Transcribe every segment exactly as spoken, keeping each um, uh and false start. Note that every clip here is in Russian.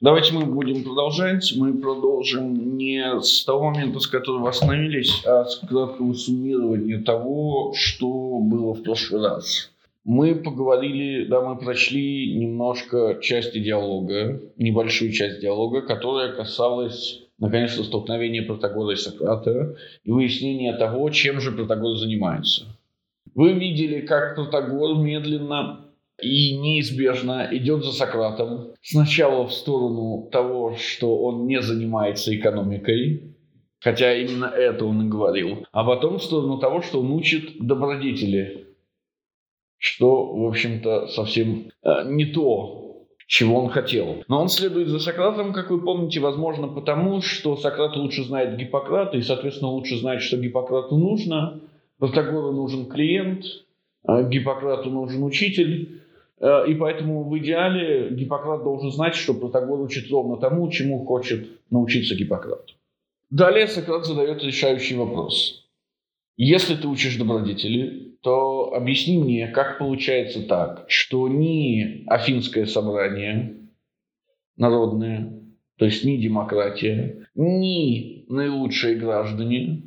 Давайте мы будем продолжать. Мы продолжим не с того момента, с которого остановились, а с краткого суммирования того, что было в прошлый раз. Мы поговорили, да, мы прочли немножко части диалога, небольшую часть диалога, которая касалась, наконец-то, столкновения Протагора и Сократа и выяснения того, чем же Протагор занимается. Вы видели, как Протагор медленно и неизбежно идет за Сократом. Сначала в сторону того, что он не занимается экономикой, хотя именно это он и говорил, а потом в сторону того, что он учит добродетели, что, в общем-то, совсем э, не то, чего он хотел. Но он следует за Сократом, как вы помните, возможно, потому, что Сократ лучше знает Гиппократа и, соответственно, лучше знает, что Гиппократу нужно. Протагору нужен клиент, Гиппократу нужен учитель. И поэтому в идеале Гиппократ должен знать, что Протагор учит ровно тому, чему хочет научиться Гиппократ. Далее Сократ задает решающий вопрос. Если ты учишь добродетели, то объясни мне, как получается так, что ни Афинское собрание народное, то есть ни демократия, ни наилучшие граждане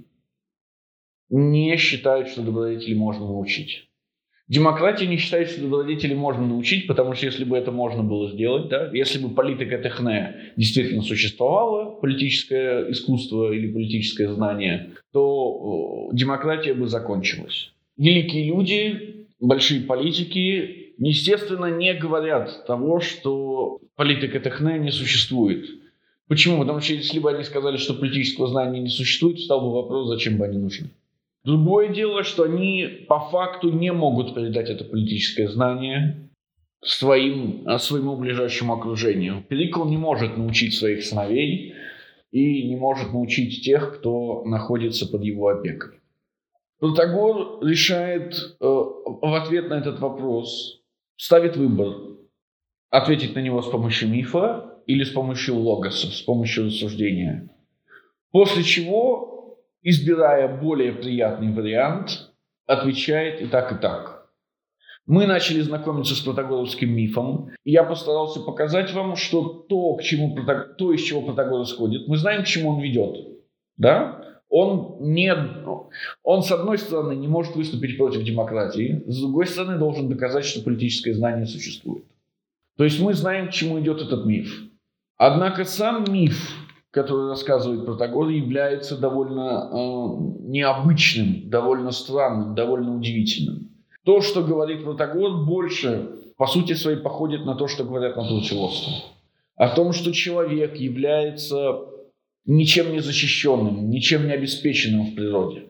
не считают, что добродетели можно научить. Демократия не считает, что добродетели можно научить, потому что если бы это можно было сделать, да, если бы политика техне действительно существовала, политическое искусство или политическое знание, то демократия бы закончилась. Великие люди, большие политики, естественно, не говорят того, что политика техне не существует. Почему? Потому что если бы они сказали, что политического знания не существует, встал бы вопрос, зачем бы они нужны. Другое дело, что они по факту не могут передать это политическое знание своим, своему ближайшему окружению. Перикл не может научить своих сыновей и не может научить тех, кто находится под его опекой. Протагор решает э, в ответ на этот вопрос, ставит выбор, ответить на него с помощью мифа или с помощью логоса, с помощью рассуждения. После чего, избирая более приятный вариант, отвечает и так, и так. Мы начали знакомиться с протагоровским мифом, и я постарался показать вам, что то, к чему, то из чего Протагор исходит, мы знаем, к чему он ведет. Да? Он, не, он, с одной стороны, не может выступить против демократии, с другой стороны, должен доказать, что политическое знание существует. То есть мы знаем, к чему идет этот миф. Однако сам миф, который рассказывает Протагор, является довольно э, необычным, довольно странным, довольно удивительным. То, что говорит Протагор, больше, по сути своей, походит на то, что говорят натурфилософы. О том, что человек является ничем не защищенным, ничем не обеспеченным в природе.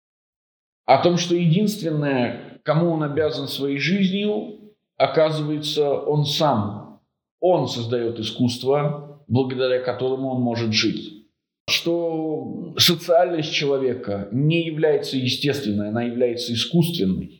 О том, что единственное, кому он обязан своей жизнью, оказывается, он сам. Он создает искусство, благодаря которому он может жить. Что социальность человека не является естественной, она является искусственной.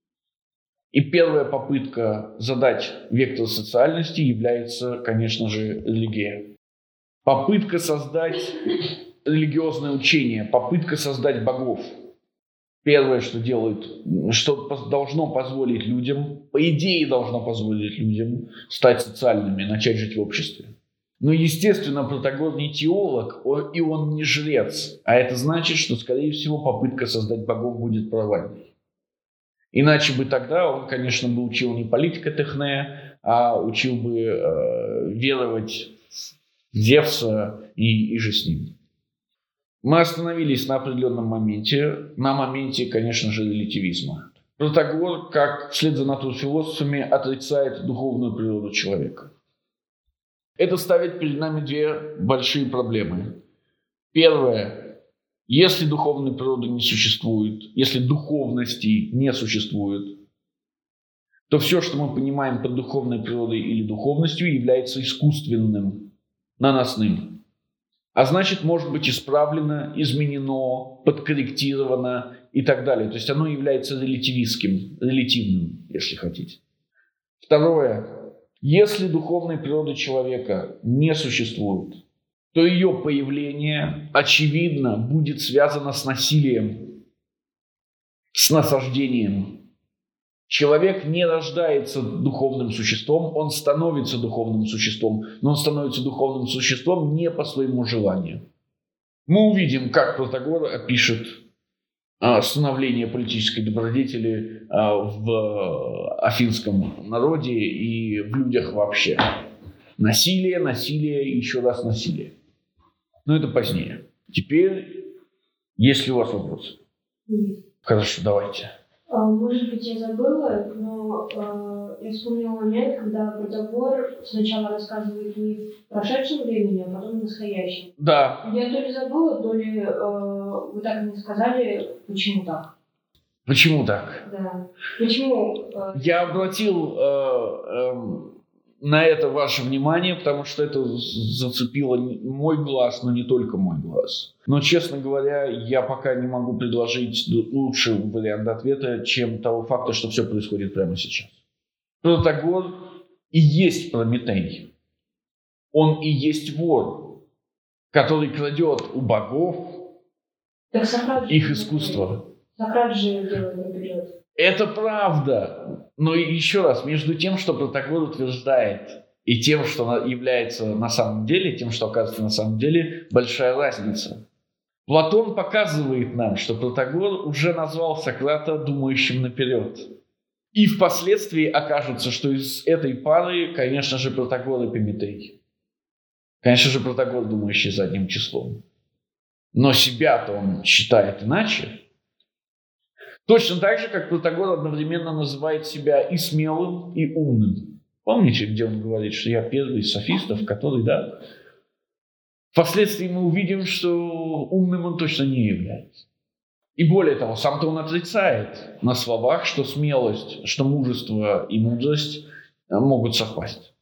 И первая попытка задать вектор социальности является, конечно же, религия. Попытка создать религиозное учение, попытка создать богов. Первое, что делает, что должно позволить людям, по идее должно позволить людям стать социальными, начать жить в обществе. Но, естественно, Протагор не теолог, и он не жрец. А это значит, что, скорее всего, попытка создать богов будет провальной. Иначе бы тогда он, конечно, бы учил не политика техне, а учил бы э, веровать в Зевса и, и же с ним. Мы остановились на определенном моменте, на моменте, конечно же, релятивизма. Протагор, как вслед за натурфилософами, отрицает духовную природу человека. Это ставит перед нами две большие проблемы. Первое. Если духовной природы не существует, если духовности не существует, то все, что мы понимаем под духовной природой или духовностью, является искусственным, наносным. А значит, может быть исправлено, изменено, подкорректировано и так далее. То есть оно является релятивистским, релятивным, если хотите. Второе. Если духовной природы человека не существует, то ее появление, очевидно, будет связано с насилием, с насаждением. Человек не рождается духовным существом, он становится духовным существом, но он становится духовным существом не по своему желанию. Мы увидим, как Протагор опишет а, становление политической добродетели а, в афинском народе и в людях вообще. Насилие, насилие и еще раз насилие. Но это позднее. Теперь, есть ли у вас вопросы? Нет. Хорошо, давайте. Может быть, я забыла, но э, я вспомнила момент, когда Протагор сначала рассказывает не в прошедшем времени, а потом в настоящем. Да. Я то ли забыла, то ли э, вы так и не сказали, почему так. Почему так? Да. Почему? Э... Я обратил э, э, на это ваше внимание, потому что это зацепило мой глаз, но не только мой глаз. Но, честно говоря, я пока не могу предложить лучший вариант ответа, чем того факта, что все происходит прямо сейчас. Протагор и есть Прометей. Он и есть вор, который крадет у богов их искусство. Сократ же делает наперед. Это правда. Но еще раз, между тем, что Протагор утверждает, и тем, что является на самом деле, тем, что оказывается на самом деле, большая разница. Платон показывает нам, что Протагор уже назвал Сократа думающим наперед. И впоследствии окажется, что из этой пары, конечно же, Протагор и Прометей. Конечно же, Протагор, думающий задним числом. Но себя-то он считает иначе. Точно так же, как Протагор одновременно называет себя и смелым, и умным. Помните, где он говорит, что я первый из софистов, который, да... Впоследствии мы увидим, что умным он точно не является. И более того, сам-то он отрицает на словах, что смелость, что мужество и мудрость могут совпасть.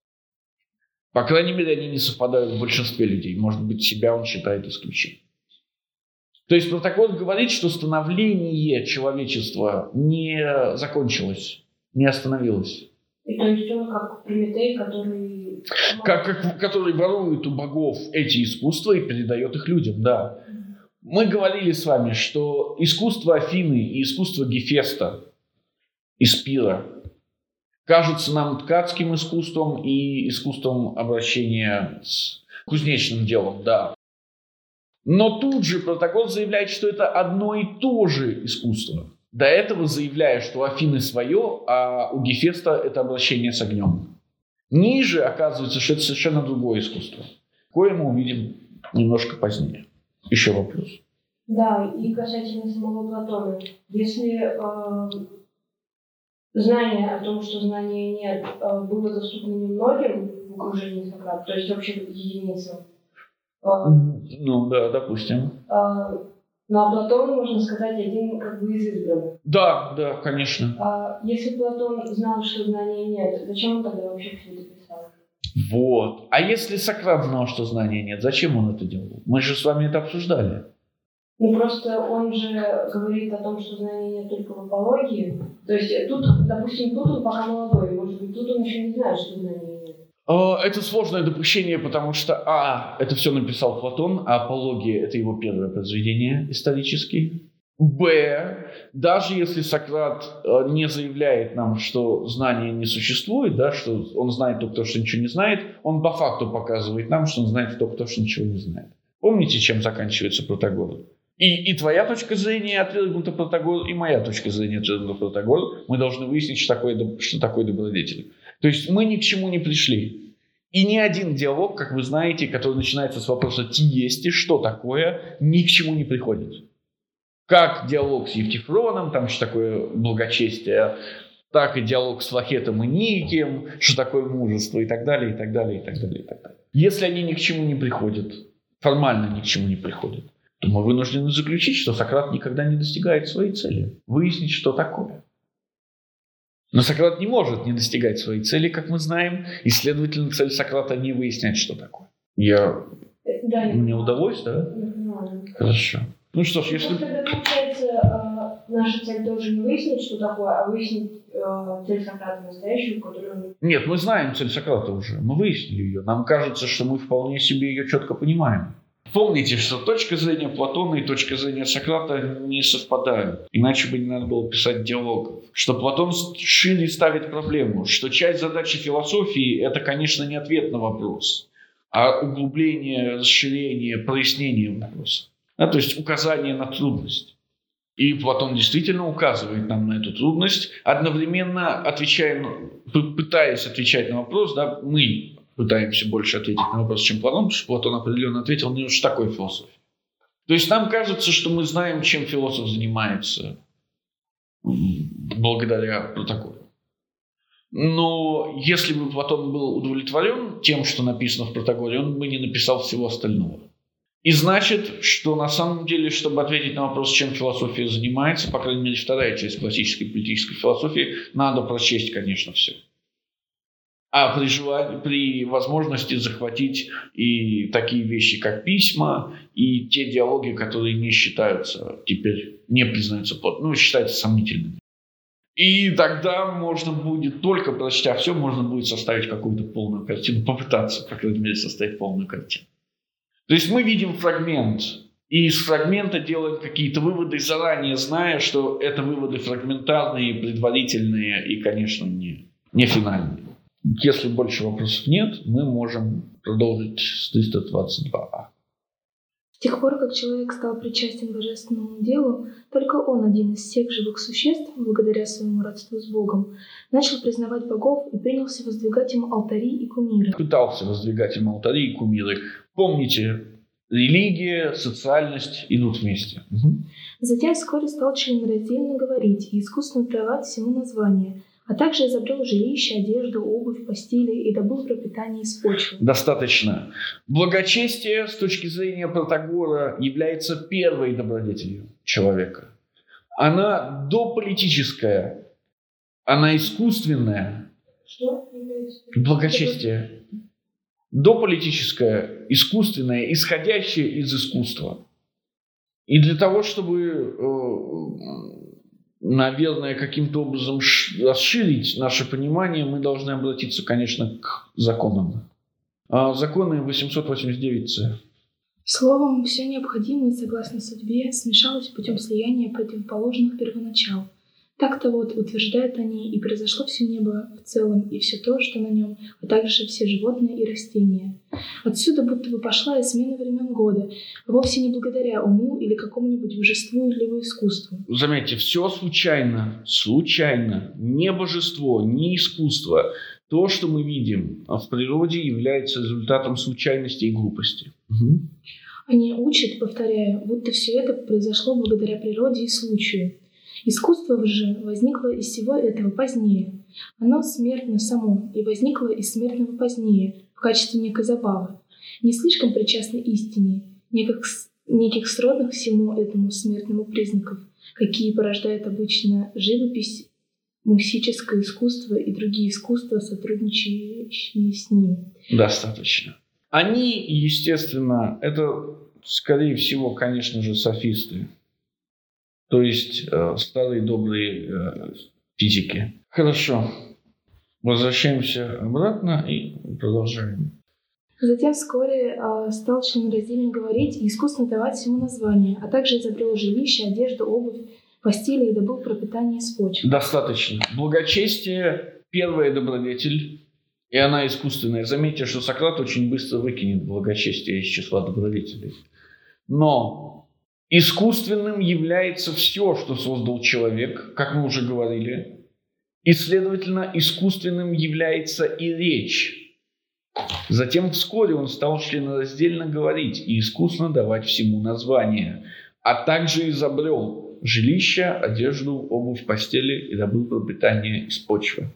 По крайней мере, они не совпадают в большинстве людей. Может быть, себя он считает исключением. То есть Протагор говорит, что становление человечества не закончилось, не остановилось. И то есть он как Прометей, который... Как, как, который ворует у богов эти искусства и передает их людям, да. Мы говорили с вами, что искусство Афины и искусство Гефеста из Пира кажутся нам ткацким искусством и искусством обращения с кузнечным делом, да. Но тут же Протагор заявляет, что это одно и то же искусство. До этого заявляя, что у Афины свое, а у Гефеста это обращение с огнем. Ниже оказывается, что это совершенно другое искусство, кое мы увидим немножко позднее. Еще вопрос. Да, и касательно самого Платона. Если э, знание о том, что знания нет, э, было доступно немногим в окружении Сократа, то есть вообще единицам. Э, ну да, допустим. Э, но о Платоне можно сказать один как бы из избранных. Да, да, конечно. А если Платон знал, что знания нет, зачем он тогда вообще все это писал? Вот. А если Сократ знал, что знания нет, зачем он это делал? Мы же с вами это обсуждали. Ну просто он же говорит о том, что знания нет только в апологии. То есть тут, допустим, тут он пока молодой, может быть, тут он еще не знает, что знания нет. Это сложное допущение, потому что, а, это все написал Платон, а апология – это его первое произведение историческое. Б, даже если Сократ не заявляет нам, что знания не существует, да, что он знает только то, что ничего не знает, он по факту показывает нам, что он знает только то, что ничего не знает. Помните, чем заканчивается Протагор? И, и твоя точка зрения отвергнута Протагор, и моя точка зрения отвергнута Протагор. Мы должны выяснить, что такое, что такое добродетель. То есть мы ни к чему не пришли. И ни один диалог, как вы знаете, который начинается с вопроса «ти есть», что такое, ни к чему не приходит. Как диалог с Евтифроном, там что такое благочестие, так и диалог с Флахетом и Никием, что такое мужество и так далее, и так далее, и так далее, и так далее. Если они ни к чему не приходят, формально ни к чему не приходят, то мы вынуждены заключить, что Сократ никогда не достигает своей цели. Выяснить, что такое. Но Сократ не может не достигать своей цели, как мы знаем, и, следовательно, цель Сократа не выяснять, что такое. Я... Да, Мне удалось, да? Да. Хорошо. Ну что ж, если... Тогда, получается, наша цель тоже не выяснить, что такое, а выяснить цель Сократа настоящую, которую... Нет, мы знаем цель Сократа уже. Мы выяснили ее. Нам кажется, что мы вполне себе ее четко понимаем. Помните, что точка зрения Платона и точка зрения Сократа не совпадают. Иначе бы не надо было писать диалогов. Что Платон шире ставит проблему, что часть задачи философии – это, конечно, не ответ на вопрос, а углубление, расширение, прояснение вопроса. Да, то есть указание на трудность. И Платон действительно указывает нам на эту трудность, одновременно отвечая, пытаясь отвечать на вопрос, да, мы пытаемся больше ответить на вопрос, чем Платон, потому что Платон определенно ответил, не уж такой философ. То есть нам кажется, что мы знаем, чем философ занимается благодаря Протагору. Но если бы Платон был удовлетворен тем, что написано в Протагоре, он бы не написал всего остального. И значит, что на самом деле, чтобы ответить на вопрос, чем философия занимается, по крайней мере, вторая часть классической политической философии, надо прочесть, конечно, все. А при, желании, при возможности захватить и такие вещи, как письма, и те диалоги, которые не считаются теперь, не признаются плотно, ну, считаются сомнительными. И тогда можно будет, только прочтя все, можно будет составить какую-то полную картину, попытаться, по крайней мере, составить полную картину. То есть мы видим фрагмент, и из фрагмента делаем какие-то выводы, заранее зная, что это выводы фрагментарные, предварительные и, конечно, не, не финальные. Если больше вопросов нет, мы можем продолжить с триста двадцать два а. С тех пор, как человек стал причастен к божественному делу, только он, один из всех живых существ, благодаря своему родству с Богом, начал признавать богов и принялся воздвигать им алтари и кумиры. Пытался воздвигать им алтари и кумиры. Помните, религия, социальность идут вместе. Угу. Затем вскоре стал членораздельно говорить и искусно давать всему название, а также изобрел жилище, одежду, обувь, постели и добыл пропитание из почвы. Достаточно. Благочестие с точки зрения Протагора является первой добродетелью человека. Она дополитическая, она искусственная. Что? Благочестие. Дополитическое, искусственное, исходящее из искусства. И для того, чтобы... наверное, каким-то образом расширить наше понимание, мы должны обратиться, конечно, к законам. А законы восемьсот восемьдесят девять цэ. Словом, все необходимое, согласно судьбе, смешалось путем слияния противоположных первоначал. Так-то вот утверждают они, и произошло все небо в целом, и все то, что на нем, а также все животные и растения. Отсюда будто бы пошла и смена времен года, а вовсе не благодаря уму или какому-нибудь божеству или искусству. Заметьте, все случайно, случайно, не божество, не искусство. То, что мы видим в природе, является результатом случайности и глупости. Угу. Они учат, повторяю, будто все это произошло благодаря природе и случаю. Искусство же возникло из всего этого позднее. Оно смертно само и возникло из смертного позднее, в качестве некой забавы, не слишком причастной истине, неких, неких сродных всему этому смертному признаков, какие порождает обычно живопись, мусическое искусство и другие искусства, сотрудничающие с ним. Достаточно. Они, естественно, это, скорее всего, конечно же, софисты. То есть э, старые добрые э, физики. Хорошо. Возвращаемся обратно и продолжаем. Затем вскоре э, стал членораздельно говорить и искусно давать всему название, а также изобрел жилище, одежду, обувь, постели и добыл пропитание из почвы. Достаточно. Благочестие – первая добродетель, и она искусственная. Заметьте, что Сократ очень быстро выкинет благочестие из числа добродетелей. Но искусственным является все, что создал человек, как мы уже говорили. И, следовательно, искусственным является и речь. Затем вскоре он стал членораздельно говорить и искусно давать всему название, а также изобрел жилище, одежду, обувь, постели и добыл пропитание из почвы.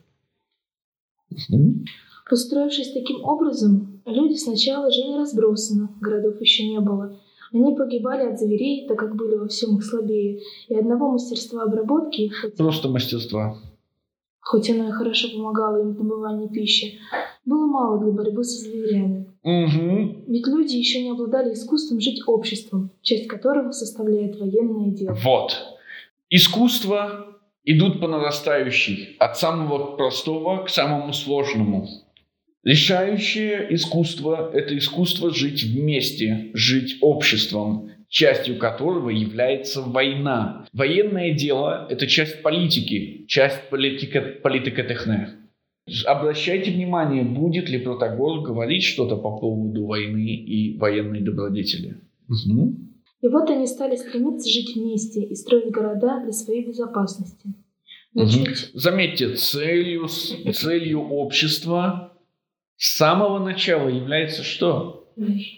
Устроившись таким образом, люди сначала жили разбросанно, городов еще не было. Они погибали от зверей, так как были во всем их слабее, и одного мастерства обработки, хоть, Просто мастерства. хоть оно и хорошо помогало им в добывании пищи, было мало для борьбы со зверями. Угу. Ведь люди еще не обладали искусством жить обществом, часть которого составляет военное дело. Вот. Искусства идут по нарастающей, от самого простого к самому сложному. Решающее искусство – это искусство жить вместе, жить обществом, частью которого является война. Военное дело – это часть политики, часть политика, политикотехне. Обращайте внимание, будет ли Протагор говорить что-то по поводу войны и военной добродетели. Угу. И вот они стали стремиться жить вместе и строить города для своей безопасности. Угу. Заметьте, целью, целью общества с самого начала является что?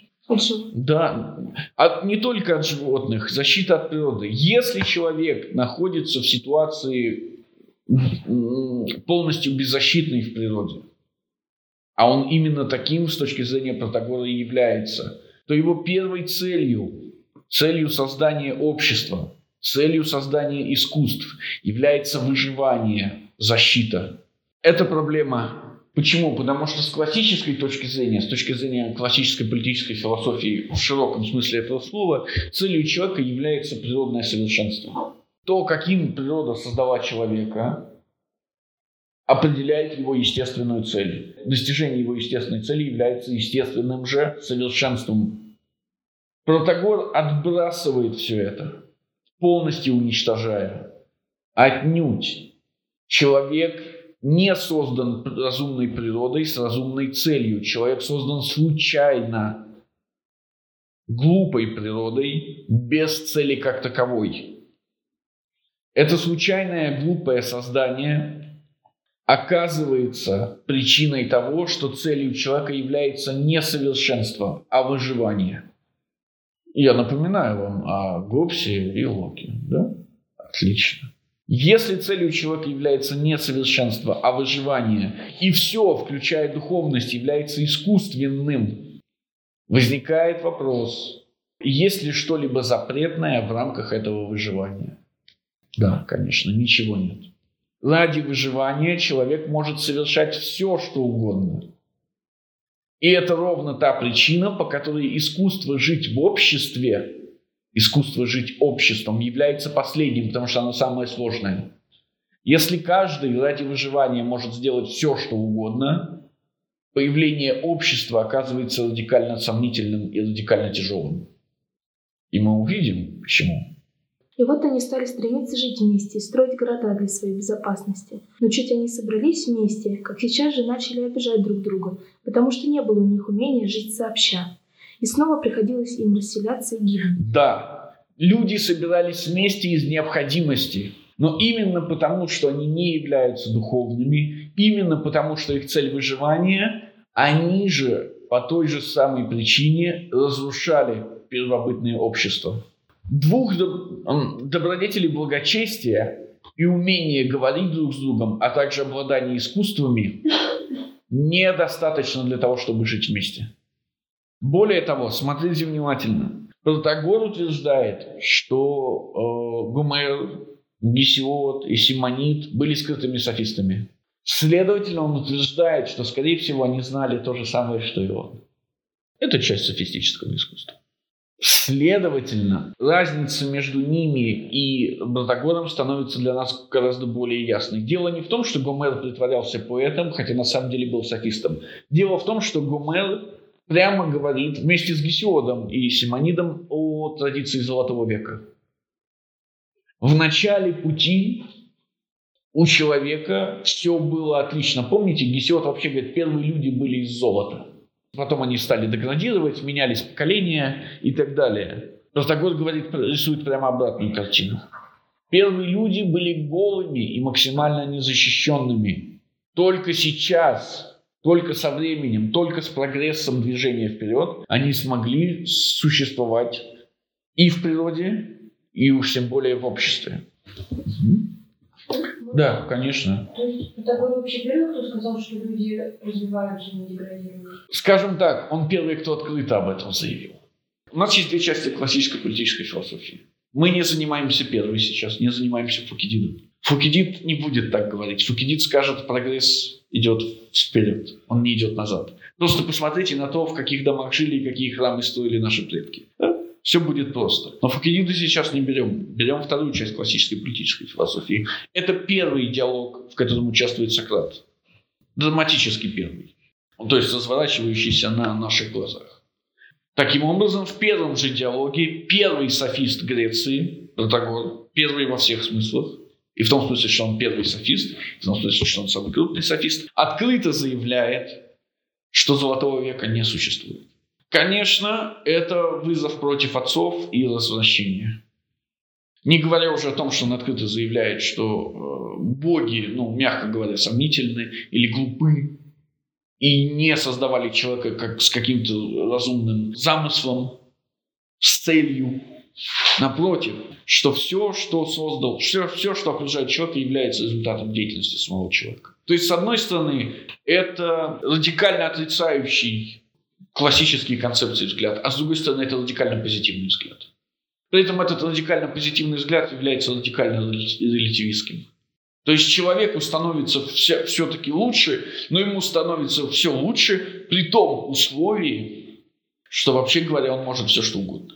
Да, от, не только от животных, защита от природы. Если человек находится в ситуации полностью беззащитной в природе, а он именно таким с точки зрения Протагора и является, то его первой целью, целью создания общества, целью создания искусств является выживание, защита. Эта проблема. Почему? Потому что с классической точки зрения, с точки зрения классической политической философии в широком смысле этого слова, целью человека является природное совершенство. То, каким природа создала человека, определяет его естественную цель. Достижение его естественной цели является естественным же совершенством. Протагор отбрасывает все это, полностью уничтожая. Отнюдь. Человек не создан разумной природой с разумной целью. Человек создан случайно, глупой природой, без цели как таковой. Это случайное глупое создание оказывается причиной того, что целью человека является не совершенство, а выживание. Я напоминаю вам о Гоббсе и Локе. Да? Отлично. Если целью человека является не совершенство, а выживание, и все, включая духовность, является искусственным, возникает вопрос, есть ли что-либо запретное в рамках этого выживания? Да, конечно, ничего нет. Ради выживания человек может совершать все, что угодно. И это ровно та причина, по которой искусство жить в обществе, искусство жить обществом является последним, потому что оно самое сложное. Если каждый ради выживания может сделать все, что угодно, появление общества оказывается радикально сомнительным и радикально тяжелым. И мы увидим, почему. И вот они стали стремиться жить вместе и строить города для своей безопасности. Но чуть они собрались вместе, как сейчас же начали обижать друг друга, потому что не было у них умения жить сообща. И снова приходилось им расселяться и гибнуть. Да, люди собирались вместе из необходимости, но именно потому, что они не являются духовными, именно потому, что их цель выживания, они же по той же самой причине разрушали первобытное общество. Двух добродетелей благочестия и умение говорить друг с другом, а также обладание искусствами недостаточно для того, чтобы жить вместе. Более того, смотрите внимательно. Протагор утверждает, что э, Гомер, Гесиод и Симонид были скрытыми софистами. Следовательно, он утверждает, что, скорее всего, они знали то же самое, что и он. Это часть софистического искусства. Следовательно, разница между ними и Протагором становится для нас гораздо более ясной. Дело не в том, что Гомер притворялся поэтом, хотя на самом деле был софистом. Дело в том, что Гомер прямо говорит вместе с Гесиодом и Симонидом о традиции Золотого века. В начале пути у человека все было отлично. Помните, Гесиод вообще говорит, первые люди были из золота. Потом они стали деградировать, менялись поколения и так далее. Протагор говорит, рисует прямо обратную картину. Первые люди были голыми и максимально незащищенными. Только сейчас, только со временем, только с прогрессом движения вперед они смогли существовать и в природе, и уж тем более в обществе. Да, конечно. То есть Протагор вообще первый, кто сказал, что люди развиваются, не деградируют? Скажем так, он первый, кто открыто об этом заявил. У нас есть две части классической политической философии. Мы не занимаемся первой сейчас, не занимаемся Фукидидом. Фукидид не будет так говорить. Фукидид скажет, прогресс идет вперед, он не идет назад. Просто посмотрите на то, в каких домах жили и какие храмы строили наши предки. Все будет просто. Но Фукидида сейчас не берем. Берем вторую часть классической политической философии. Это первый диалог, в котором участвует Сократ. Драматически первый. то есть разворачивающийся на наших глазах. Таким образом, в первом же диалоге первый софист Греции, Протагор, первый во всех смыслах, и в том смысле, что он первый софист, в том смысле, что он самый крупный софист, открыто заявляет, что золотого века не существует. Конечно, это вызов против отцов и развращения. Не говоря уже о том, что он открыто заявляет, что боги, ну, мягко говоря, сомнительны или глупы, и не создавали человека как с каким-то разумным замыслом, с целью. Напротив, что все, что создал, все, все, что окружает человека, является результатом деятельности самого человека. То есть, с одной стороны, это радикально отрицающий классические концепции взгляд, а с другой стороны, это радикально позитивный взгляд. При этом этот радикально позитивный взгляд является радикально релятивистским. То есть человеку становится все, все-таки лучше, но ему становится все лучше при том условии, что, вообще говоря, он может все что угодно.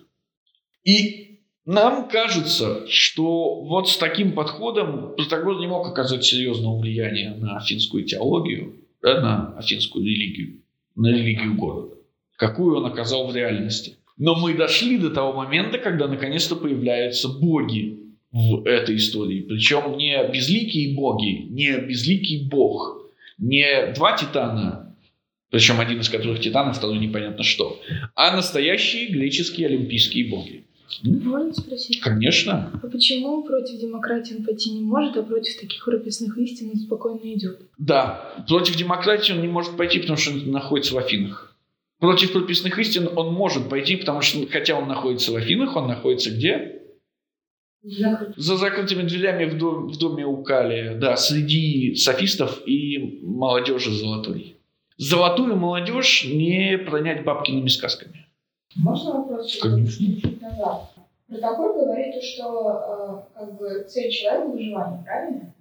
И нам кажется, что вот с таким подходом Протагор не мог оказать серьезного влияния на афинскую теологию, да, на афинскую религию, на религию города, какую он оказал в реальности. Но мы дошли до того момента, когда наконец-то появляются боги в этой истории. Причем не безликие боги, не безликий бог, не два титана, причем один из которых титанов, второй непонятно что, а настоящие греческие олимпийские боги. Можно спросить? Конечно. А почему против демократии он пойти не может, а против таких прописных истин он спокойно идет? Да, против демократии он не может пойти, потому что он находится в Афинах. Против прописных истин он может пойти, потому что, хотя он находится в Афинах, он находится где? Закрыт. За закрытыми дверями в, дом, в доме у Калия, да, среди софистов и молодежи золотой. Золотую молодежь не пронять бабкиными сказками. Можно вопрос? Конечно. Чуть назад. Протагор говорит, что э, как бы цель человека — выживание, правильно?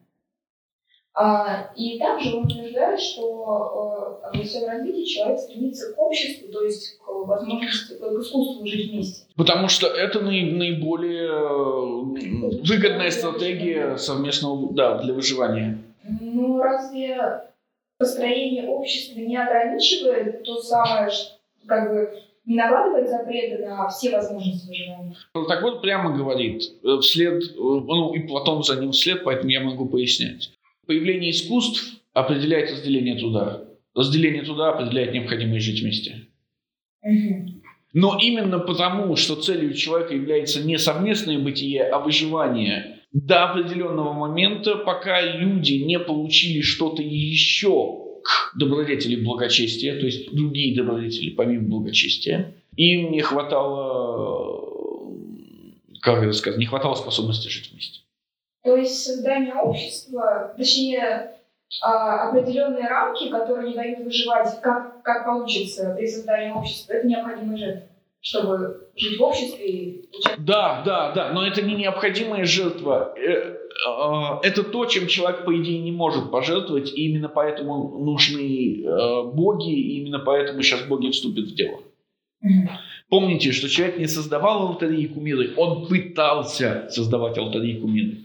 А, и также он утверждает, что э, в своем развитии человек стремится к обществу, то есть к возможности, к искусству жить вместе. Потому что это наи- наиболее выгодная стратегия совместного, да, для выживания. Ну, разве построение общества не ограничивает то самое, как бы не накладывает запреты на все возможности выживания? Протагор прямо говорит, вслед, ну и Платон за ним вслед, поэтому я могу пояснять. Появление искусств определяет разделение труда. Разделение труда определяет необходимость жить вместе. Угу. Но именно потому, что целью человека является не совместное бытие, а выживание, до определенного момента, пока люди не получили что-то еще к добродетели благочестия, то есть другие добродетели помимо благочестия, им не хватало, как это сказать, не хватало способности жить вместе. То есть создание общества, точнее, определенные рамки, которые не дают выживать, как, как получится при создании общества, это необходимая жертва, чтобы жить в обществе и получать... Да, да, да, но это не необходимая жертва. Это то, чем человек, по идее, не может пожертвовать, и именно поэтому нужны боги, и именно поэтому сейчас боги вступят в дело. Mm-hmm. Помните, что человек не создавал алтари и кумиры, он пытался создавать алтари и кумиры.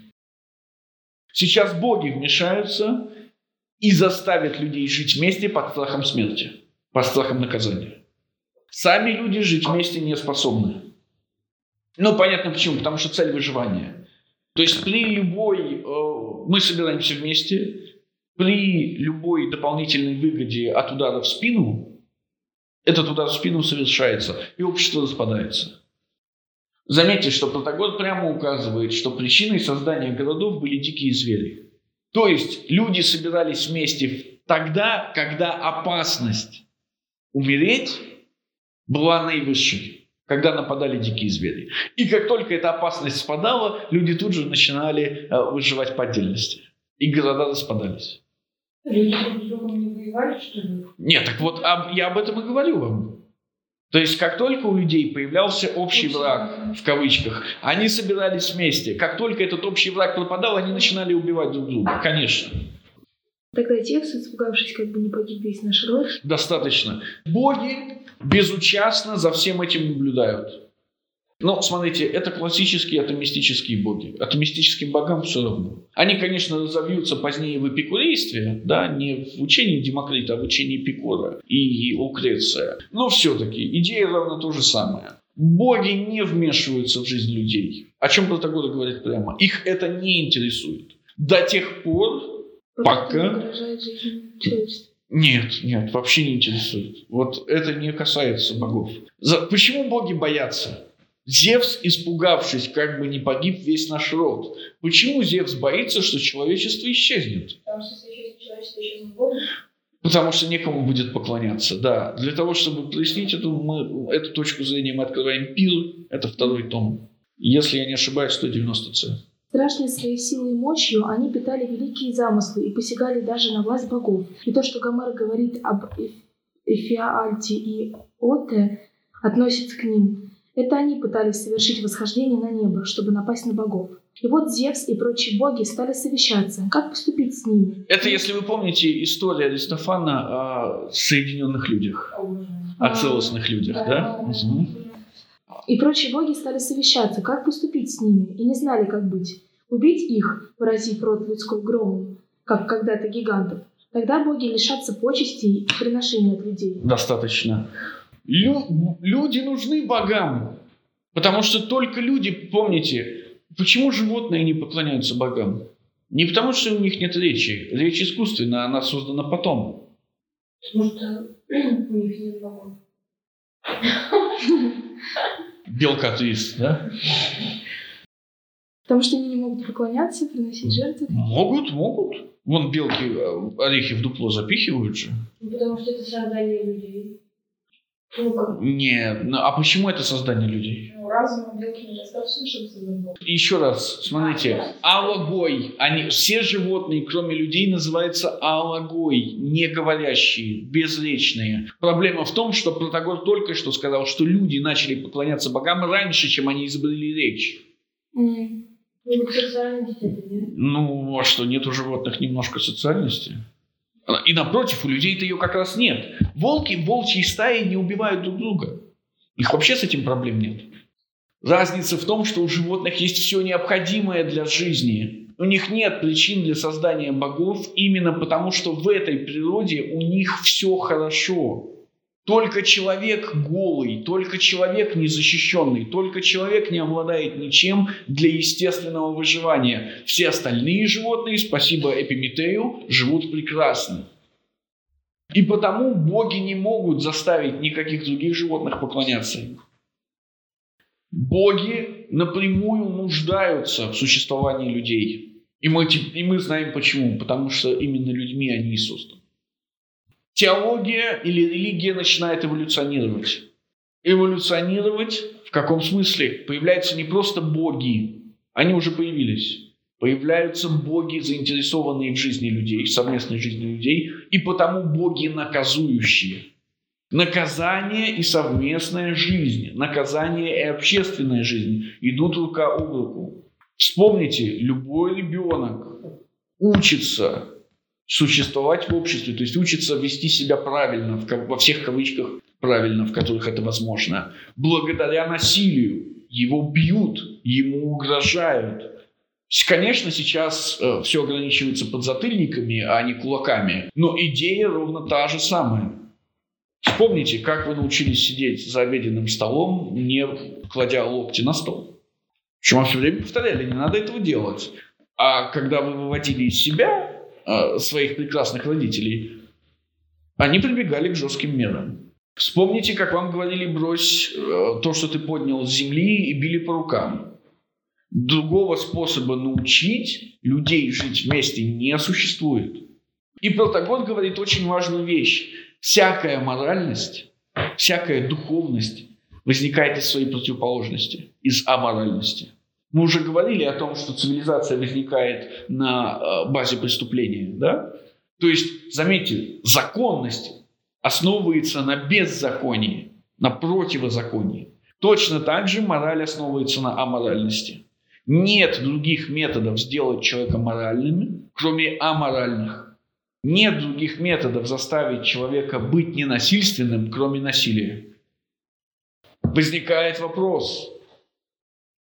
Сейчас боги вмешаются и заставят людей жить вместе под страхом смерти, под страхом наказания. Сами люди жить вместе не способны. Ну, понятно почему, потому что цель выживания. То есть при любой... Э, мы собираемся вместе, при любой дополнительной выгоде от удара в спину, этот удар в спину совершается, и общество распадается. Заметьте, что Протагор прямо указывает, что причиной создания городов были дикие звери. То есть люди собирались вместе тогда, когда опасность умереть была наивысшей, когда нападали дикие звери. И как только эта опасность спадала, люди тут же начинали э, выживать по отдельности. И города распадались. Люди друг с другом не воевали, что ли? Нет, так вот об, я об этом и говорю вам. То есть, как только у людей появлялся общий враг, в кавычках, они собирались вместе. Как только этот общий враг пропадал, они начинали убивать друг друга. Конечно. Тогда текст, испугавшись, как бы не погиб весь наш род. Достаточно. Боги безучастно за всем этим наблюдают. Но, смотрите, это классические атомистические боги. Атомистическим богам все равно. Они, конечно, разовьются позднее в эпикурействе, да, не в учении Демокрита, а в учении Эпикура и Лукреция. Но все-таки идея ровно то же самое. Боги не вмешиваются в жизнь людей. О чем Протагор говорит прямо. Их это не интересует. До тех пор, пока... угрожает жизни человечества. Нет, нет, вообще не интересует. Вот это не касается богов. За... Почему боги боятся? Зевс, испугавшись, как бы не погиб весь наш род. Почему Зевс боится, что человечество исчезнет? Потому что если исчезнет человечество, исчезнет боги. Потому что некому будет поклоняться, да. Для того, чтобы прояснить эту, мы, эту точку зрения, мы открываем Пир, это второй том. Если я не ошибаюсь, сто девяносто С. Страшные своей силой и мощью, они питали великие замыслы и посягали даже на власть богов. И то, что Гомер говорит об Эфиальте и Оте, относится к ним. Это они пытались совершить восхождение на небо, чтобы напасть на богов. И вот Зевс и прочие боги стали совещаться, как поступить с ними. Это, если вы помните, история Аристофана о соединенных людях, о целостных людях, да? да? Угу. И прочие боги стали совещаться, как поступить с ними, и не знали, как быть. Убить их, поразив род людской громом, как когда-то гигантов. Тогда боги лишатся почестей и приношений от людей. Достаточно. Лю- люди нужны богам, потому что только люди, помните, почему животные не поклоняются богам? Не потому, что у них нет речи. Речь искусственная, она создана потом. Потому что у них нет богов. Белка-твист, да? Потому что они не могут поклоняться, приносить жертвы. Могут, могут. Вон белки орехи в дупло запихивают же. Ну, потому что это создание людей. Ну, как? Нет, ну, а почему это создание людей? Ну, разума белки недостаточно, чтобы создать бога. Еще раз, смотрите, алогой, они, все животные, кроме людей, называются алогой, не говорящие, безречные. Проблема в том, что Протагор только что сказал, что люди начали поклоняться богам раньше, чем они изобрели речь. Mm. Ну, социальность это, нет? Ну, а что, нет у животных немножко социальности? И напротив, у людей-то ее как раз нет. Волки в волчьей стае не убивают друг друга. Их вообще с этим проблем нет. Разница в том, что у животных есть все необходимое для жизни. У них нет причин для создания богов именно потому, что в этой природе у них все хорошо. Только человек голый, только человек незащищенный, только человек не обладает ничем для естественного выживания. Все остальные животные, спасибо Эпиметею, живут прекрасно. И потому боги не могут заставить никаких других животных поклоняться им. Боги напрямую нуждаются в существовании людей. И мы, и мы знаем почему. Потому что именно людьми они и созданы. Теология или религия начинает эволюционировать. Эволюционировать в каком смысле? Появляются не просто боги, они уже появились. Появляются боги, заинтересованные в жизни людей, в совместной жизни людей, и потому боги наказующие. Наказание и совместная жизнь, наказание и общественная жизнь идут рука об руку. Вспомните, любой ребенок учится существовать в обществе, то есть учится вести себя правильно, во всех кавычках правильно, в которых это возможно, благодаря насилию. Его бьют, ему угрожают. Конечно, сейчас э, все ограничивается подзатыльниками, а не кулаками, но идея ровно та же самая. Вспомните, как вы научились сидеть за обеденным столом, не кладя локти на стол. Причем все время повторяли, не надо этого делать. А когда вы выводили из себя своих прекрасных родителей, они прибегали к жестким мерам. Вспомните, как вам говорили: брось то, что ты поднял с земли, и били по рукам. Другого способа научить людей жить вместе не существует. И Протагор говорит очень важную вещь. Всякая моральность, всякая духовность возникает из своей противоположности, из аморальности. Мы уже говорили о том, что цивилизация возникает на базе преступления, да? То есть, заметьте, законность основывается на беззаконии, на противозаконии. Точно так же мораль основывается на аморальности. Нет других методов сделать человека моральным, кроме аморальных. Нет других методов заставить человека быть ненасильственным, кроме насилия. Возникает вопрос: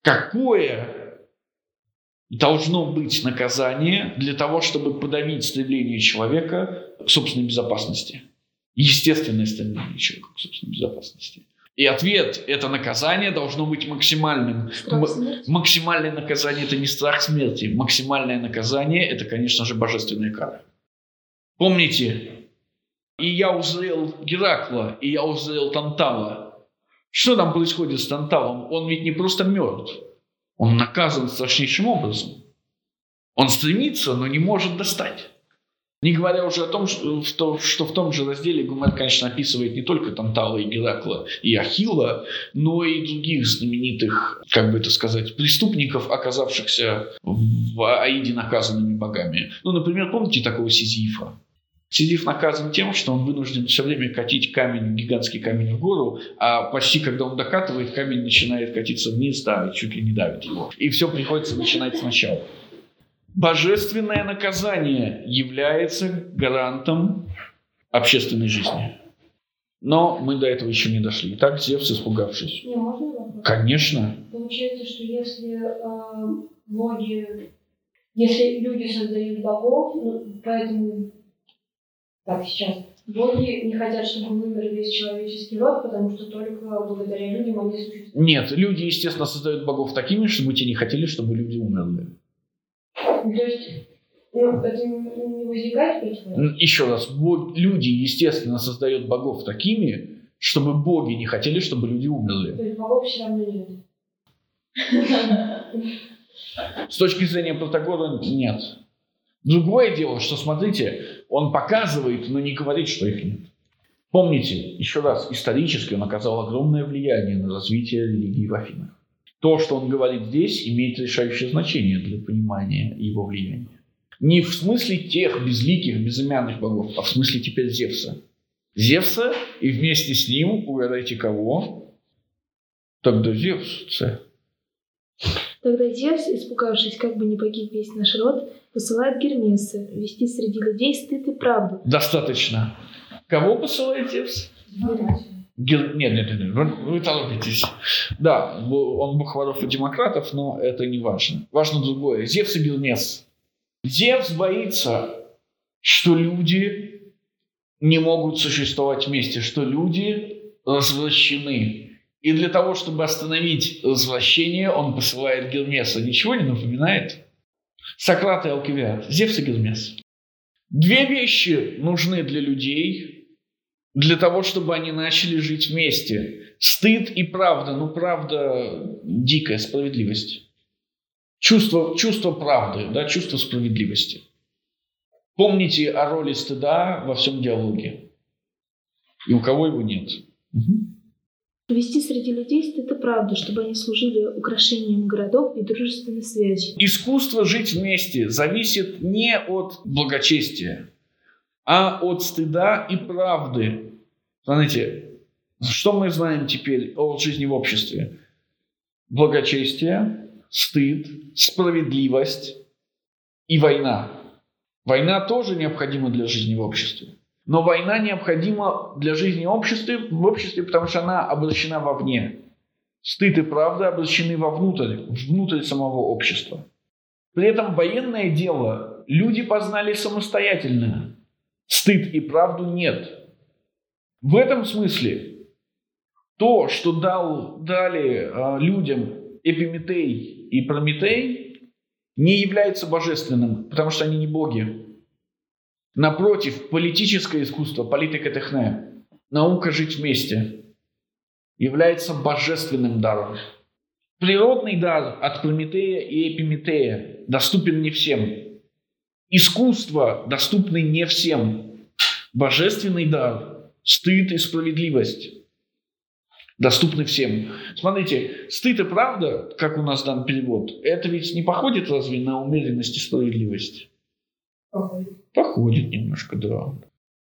Какое должно быть наказание для того, чтобы подавить стремление человека к собственной безопасности? Естественное стремление человека к собственной безопасности. И ответ – это наказание должно быть максимальным. М- максимальное наказание – это не страх смерти. Максимальное наказание – это, конечно же, божественная кара. Помните, и я узрел Геракла, и я узрел Тантала. Что там происходит с Танталом? Он ведь не просто мертв. Он наказан страшнейшим образом. Он стремится, но не может достать. Не говоря уже о том, что в том же разделе Гомер, конечно, описывает не только Тантала и Геракла и Ахилла, но и других знаменитых, как бы это сказать, преступников, оказавшихся в Аиде наказанными богами. Ну, например, помните такого Сизифа? Сизиф наказан тем, что он вынужден все время катить камень, гигантский камень в гору, а почти когда он докатывает, камень начинает катиться вниз, да, и чуть ли не давит его. И все приходится начинать сначала. Божественное наказание является гарантом общественной жизни. Но мы до этого еще не дошли. Итак, Зевс, испугавшись. Не, можно вопрос? Конечно. Получается, что если э, боги, если люди создают богов, ну, поэтому, так, сейчас, боги не хотят, чтобы вымер весь человеческий род, потому что только благодаря людям они существуют. Нет, люди, естественно, создают богов такими, чтобы те не хотели, чтобы люди умерли. То есть, ну, это не возникает противоречия? Еще раз, бог, люди, естественно, создают богов такими, чтобы боги не хотели, чтобы люди умерли. То есть богов все равно нет? С точки зрения Протагора нет. Другое дело, что, смотрите, он показывает, но не говорит, что их нет. Помните, еще раз, исторически он оказал огромное влияние на развитие религии в Афинах. То, что он говорит здесь, имеет решающее значение для понимания его влияния. Не в смысле тех безликих, безымянных богов, а в смысле теперь Зевса. Зевса, и вместе с ним, угадайте кого? Тогда Зевс, Ц. Тогда Зевс, испугавшись, как бы не погиб весь наш род, посылает Гермеса вести среди людей стыд и правду. Достаточно. Кого посылает Зевс? Гер... Нет, нет, нет, вы, вы торопитесь. Да, он бог воров и демократов, но это не важно. Важно другое. Зевс и Гермес. Зевс боится, что люди не могут существовать вместе, что люди развращены. И для того, чтобы остановить развращение, он посылает Гермеса. Ничего не напоминает? Сократ и Алкивиад. Зевс и Гермес. Две вещи нужны для людей, для того, чтобы они начали жить вместе. Стыд и правда. Ну, правда, дикая справедливость. Чувство, чувство правды, да, чувство справедливости. Помните о роли стыда во всем диалоге. И у кого его нет. Угу. Вести среди людей стыд и правду, чтобы они служили украшением городов и дружественной связью. Искусство жить вместе зависит не от благочестия, а от стыда и правды. Смотрите, что мы знаем теперь о жизни в обществе? Благочестие, стыд, справедливость и война. Война тоже необходима для жизни в обществе. Но война необходима для жизни в обществе, в обществе, потому что она обращена вовне. Стыд и правда обращены вовнутрь, внутрь самого общества. При этом военное дело люди познали самостоятельно. Стыд и правду нет. В этом смысле то, что дал, дали э, людям Эпиметей и Прометей, не является божественным, потому что они не боги. Напротив, политическое искусство, политикотехне, наука жить вместе, является божественным даром. Природный дар от Прометея и Эпиметея доступен не всем. Искусство доступны не всем. Божественный дар, стыд и справедливость доступны всем. Смотрите, стыд и правда, как у нас дан перевод, это ведь не походит разве на умеренность и справедливость? Походит. Походит немножко, да. Угу.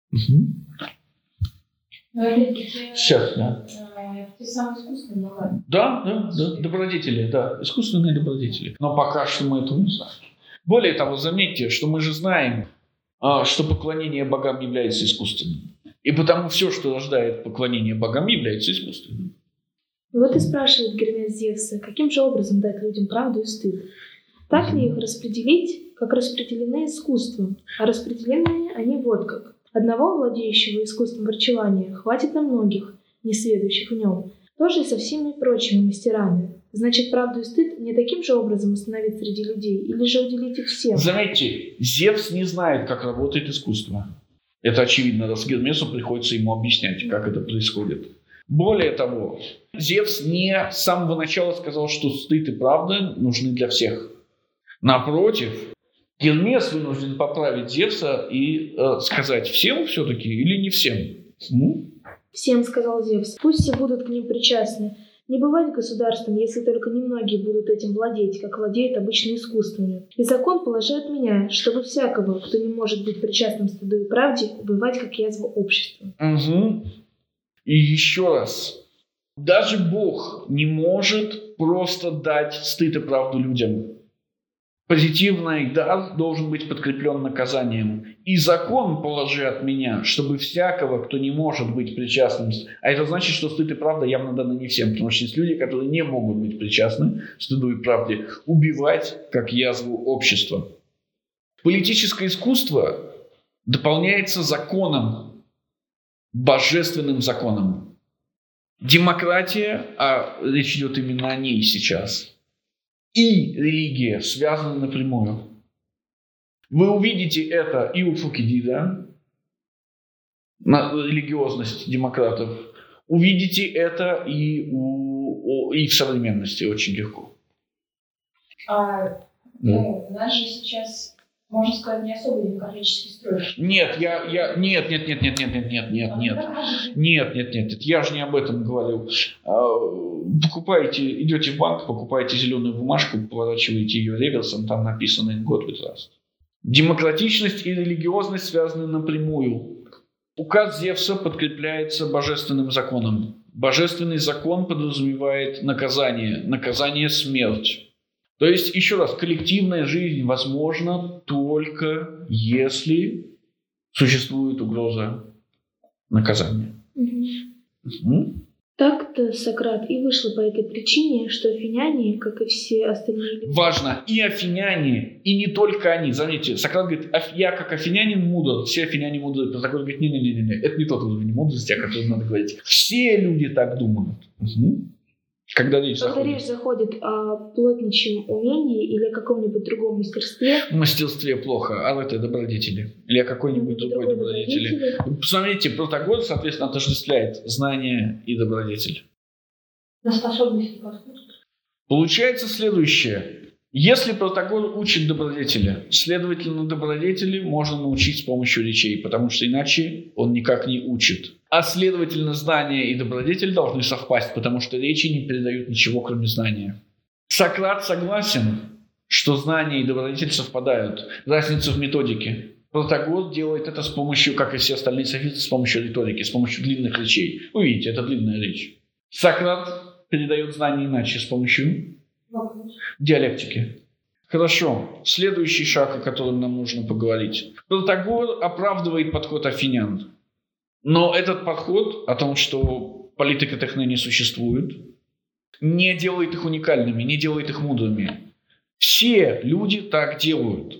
Но опять-таки, Сейчас, да. ты сам искусственный, ну ладно. Да, да, да, добродетели, да, искусственные добродетели. Но пока что мы этого не знаем. Более того, заметьте, что мы же знаем, что поклонение богам является искусственным. И потому все, что рождает поклонение богам, является искусственным. Вот и спрашивает Гермес Зевса, каким же образом дать людям правду и стыд? Так ли их распределить, как распределены искусства? А распределены они вот как. Одного, владеющего искусством врачевания, хватит на многих, несведущих в нем. То же и со всеми прочими мастерами. Значит, правду и стыд не таким же образом установить среди людей, или же уделить их всем? Заметьте, Зевс не знает, как работает искусство. Это очевидно, раз Гермесу приходится ему объяснять, как это происходит. Более того, Зевс не с самого начала сказал, что стыд и правда нужны для всех. Напротив, Гермес вынужден поправить Зевса и э, сказать, всем все-таки или не всем? Ну? Всем, сказал Зевс, пусть все будут к ним причастны. Не бывать государством, если только немногие будут этим владеть, как владеют обычными искусствами. И закон положи от меня, чтобы всякого, кто не может быть причастным стыду и правде, убивать как язву общества. Угу. И еще раз. Даже Бог не может просто дать стыд и правду людям. Позитивный дар должен быть подкреплен наказанием. И закон положи от меня, чтобы всякого, кто не может быть причастным... А это значит, что стыд и правда явно даны не всем. Потому что есть люди, которые не могут быть причастны стыду и правде. Убивать как язву общества. Политическое искусство дополняется законом. Божественным законом. Демократия, а речь идет именно о ней сейчас, и религия связаны напрямую. Вы увидите это и у Фукидида, религиозность демократов. Увидите это и, у, и в современности очень легко. А, Да. ну, у нас же сейчас, можно сказать, не особо демократический строй. Нет, я, я, нет, нет, нет, нет, нет, нет, нет, нет, нет, нет, нет, нет, нет, я же не об этом говорил. Покупаете, идете в банк, покупаете зеленую бумажку, поворачиваете ее реверсом, там написано «In God we trust». Демократичность и религиозность связаны напрямую. Указ Зевса подкрепляется божественным законом. Божественный закон подразумевает наказание, наказание смерть. То есть, еще раз, коллективная жизнь возможна только если существует угроза наказания. Угу. Угу. Так-то Сократ и вышло по этой причине, что афиняне, как и все остальные люди... Важно, и афиняне, и не только они. Заметьте, Сократ говорит, я как афинянин мудр, все афиняне мудры. Протагор говорит, не-не-не, это не тот уровень мудрости, о котором надо говорить. Все люди так думают. Угу. Когда речь Когда заходит. речь заходит о плотничьем умении или о каком-нибудь другом мастерстве... В мастерстве плохо, а в этой добродетели. Или о какой-нибудь ну, другой добродетели. добродетели. Посмотрите, Протагор, соответственно, отождествляет знание и добродетель. На способности подходит. Получается следующее. Если Протагор учит добродетели, следовательно, добродетели можно научить с помощью речей, потому что иначе он никак не учит. А следовательно, знание и добродетель должны совпасть, потому что речи не передают ничего, кроме знания. Сократ согласен, что знание и добродетель совпадают. Разница в методике. Протагор делает это с помощью, как и все остальные софисты, с помощью риторики, с помощью длинных речей. Вы видите, это длинная речь. Сократ передает знание иначе, с помощью диалектики. Хорошо. Следующий шаг, о котором нам нужно поговорить. Протагор оправдывает подход афинян. Но этот подход о том, что политика техне не существует, не делает их уникальными, не делает их мудрыми. Все люди так делают.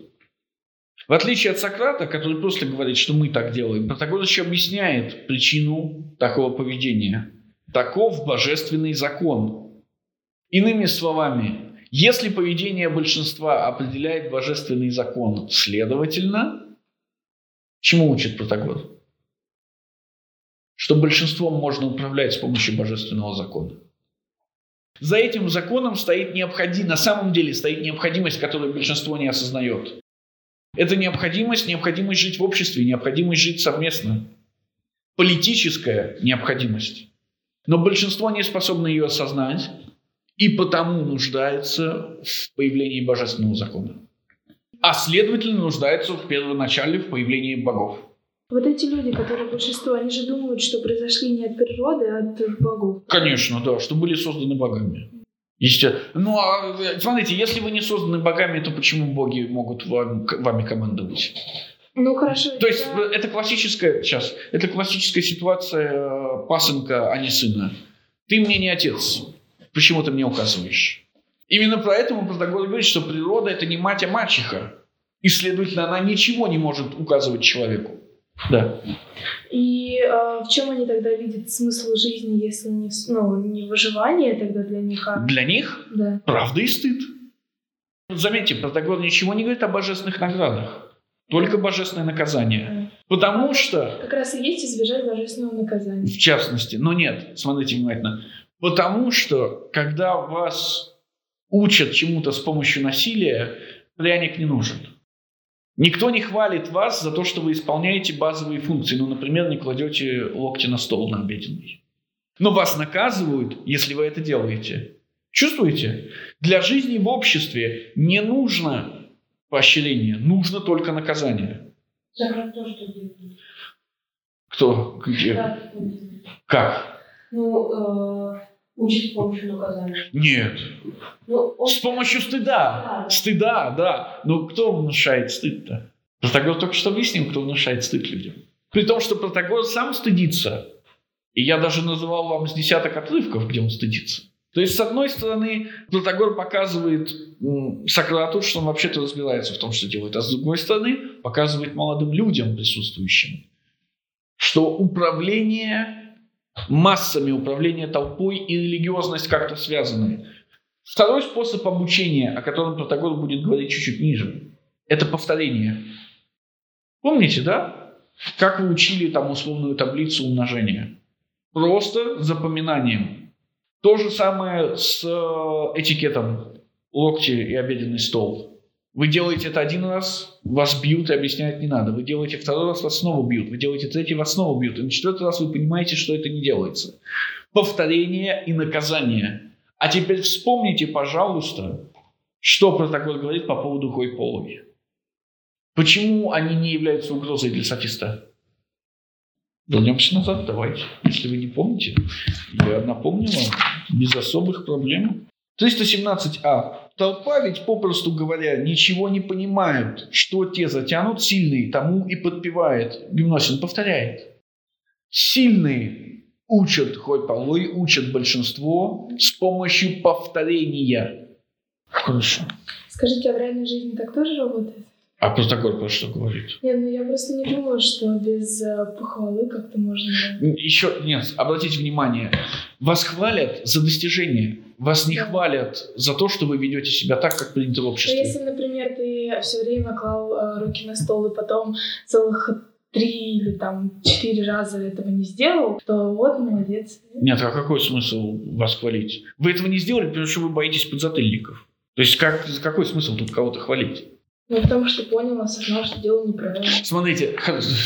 В отличие от Сократа, который просто говорит, что мы так делаем, Протагор еще объясняет причину такого поведения. Таков божественный закон. Иными словами, если поведение большинства определяет божественный закон, следовательно, чему учит Протагор? Что большинством можно управлять с помощью божественного закона. За этим законом стоит необходимость, на самом деле стоит необходимость, которую большинство не осознает. Это необходимость, необходимость жить в обществе, необходимость жить совместно. Политическая необходимость. Но большинство не способно ее осознать и потому нуждается в появлении божественного закона. А следовательно нуждается в первоначале в появлении богов. Вот эти люди, которые большинство, они же думают, что произошли не от природы, а от богов. Конечно, да, что были созданы богами. Естественно. Ну, а, смотрите, если вы не созданы богами, то почему боги могут вам, вами командовать? Ну, хорошо. То есть, это классическая, сейчас, это классическая ситуация пасынка, а не сына. Ты мне не отец. Почему ты мне указываешь? Именно поэтому Протагор говорит, что природа – это не мать, а мачеха. И, следовательно, она ничего не может указывать человеку. Да. И э, в чем они тогда видят смысл жизни, если не, в- ну, не выживание тогда для них, а... Для них Да. правда и стыд. Заметьте, Протагор ничего не говорит о божественных наградах. Только божественное наказание. Потому что, Как раз и есть избежать божественного наказания. в частности, но нет, смотрите внимательно. Потому что, когда вас учат чему-то с помощью насилия, пряник не нужен. Никто не хвалит вас за то, что вы исполняете базовые функции. Ну, например, не кладете локти на стол на обеденный. Но вас наказывают, если вы это делаете. Чувствуете? Для жизни в обществе не нужно поощрение, нужно только наказание. Сократ тоже так делает. Кто? Где? Да, Как? ну, э, учит с помощью наказания. Нет. Ну, он... С помощью стыда. Да. Стыда, да. Но кто внушает стыд-то? Протагор только что выяснил, кто внушает стыд людям. При том, что Протагор сам стыдится. И я даже называл вам с десяток отрывков, где он стыдится. То есть, с одной стороны, Протагор показывает м, Сократу, что он вообще-то разбирается в том, что делает. А с другой стороны, показывает молодым людям, присутствующим, что управление массами, управление толпой и религиозность как-то связаны. Второй способ обучения, о котором Протагор будет говорить чуть-чуть ниже, это повторение. Помните, да? Как вы учили там условную таблицу умножения? Просто запоминанием. То же самое с этикетом локти и обеденный стол. Вы делаете это один раз, вас бьют и объяснять не надо. Вы делаете второй раз, вас снова бьют. Вы делаете третий, вас снова бьют. И на четвертый раз вы понимаете, что это не делается. Повторение и наказание. А теперь вспомните, пожалуйста, что Протагор говорит по поводу хойполой. Почему они не являются угрозой для софиста? Вернемся назад, давайте. Если вы не помните, я напомню вам без особых проблем. триста семнадцать а. Толпа ведь, попросту говоря, ничего не понимают, что те затянут, сильные тому и подпевает. Гимносин повторяет. Сильные учат хойполой, учат большинство с помощью повторения. Хорошо. Скажите, а в реальной жизни так тоже работает? А Протагор про что говорит? Нет, ну я просто не думаю, что без э, похвалы как-то можно... Еще нет, обратите внимание, вас хвалят за достижения, вас не Да. хвалят за то, что вы ведете себя так, как принято в Но обществе. если, например, ты все время клал э, руки на стол и потом целых три или там четыре раза этого не сделал, то вот молодец. Нет, а какой смысл вас хвалить? Вы этого не сделали, потому что вы боитесь подзатыльников. То есть как, какой смысл тут кого-то хвалить? Ну, потому что понял, осознал, что делал неправильно. Смотрите,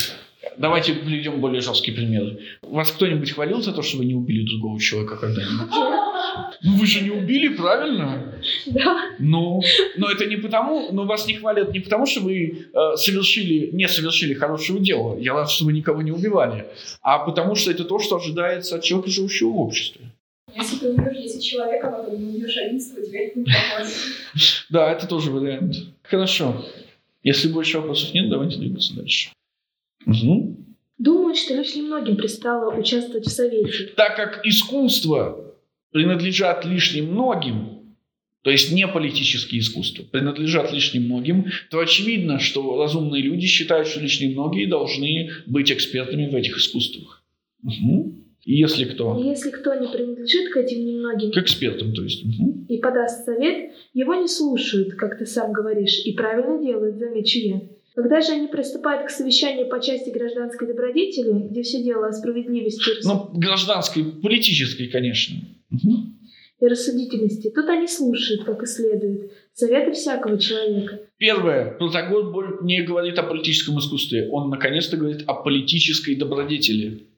давайте приведем более жесткий пример. Вас кто-нибудь хвалил за то, что вы не убили другого человека когда-нибудь? Ну вы же не убили, правильно? Да. Ну, но это не потому, но вас не хвалят не потому, что вы э, совершили, не совершили хорошего дела. Я рад, что вы никого не убивали, а потому что это то, что ожидается от человека, живущего в обществе. Если ты умрешь десять человек, а потом не умрешь одиннадцать, тебя это не похоже. Да, это тоже вариант. Хорошо. Если больше вопросов нет, давайте двигаться дальше. Угу. Думаю, что лишь немногим пристало участвовать в совете. Так как искусство принадлежат лишь немногим, то есть не политические искусства, принадлежат лишь немногим, то очевидно, что разумные люди считают, что лишь немногие должны быть экспертами в этих искусствах. Угу. И если кто? И если кто не принадлежит к этим немногим К экспертам, то есть. Угу. и подаст совет, его не слушают, как ты сам говоришь, и правильно делают, замечу я. Когда же они приступают к совещанию по части гражданской добродетели, где все дело о справедливости и Ну, гражданской, политической, конечно. Угу. и рассудительности, тут они слушают, как и следует, советы всякого человека. Первое. Протагор не говорит о политическом искусстве. Он, наконец-то, говорит о политической добродетели.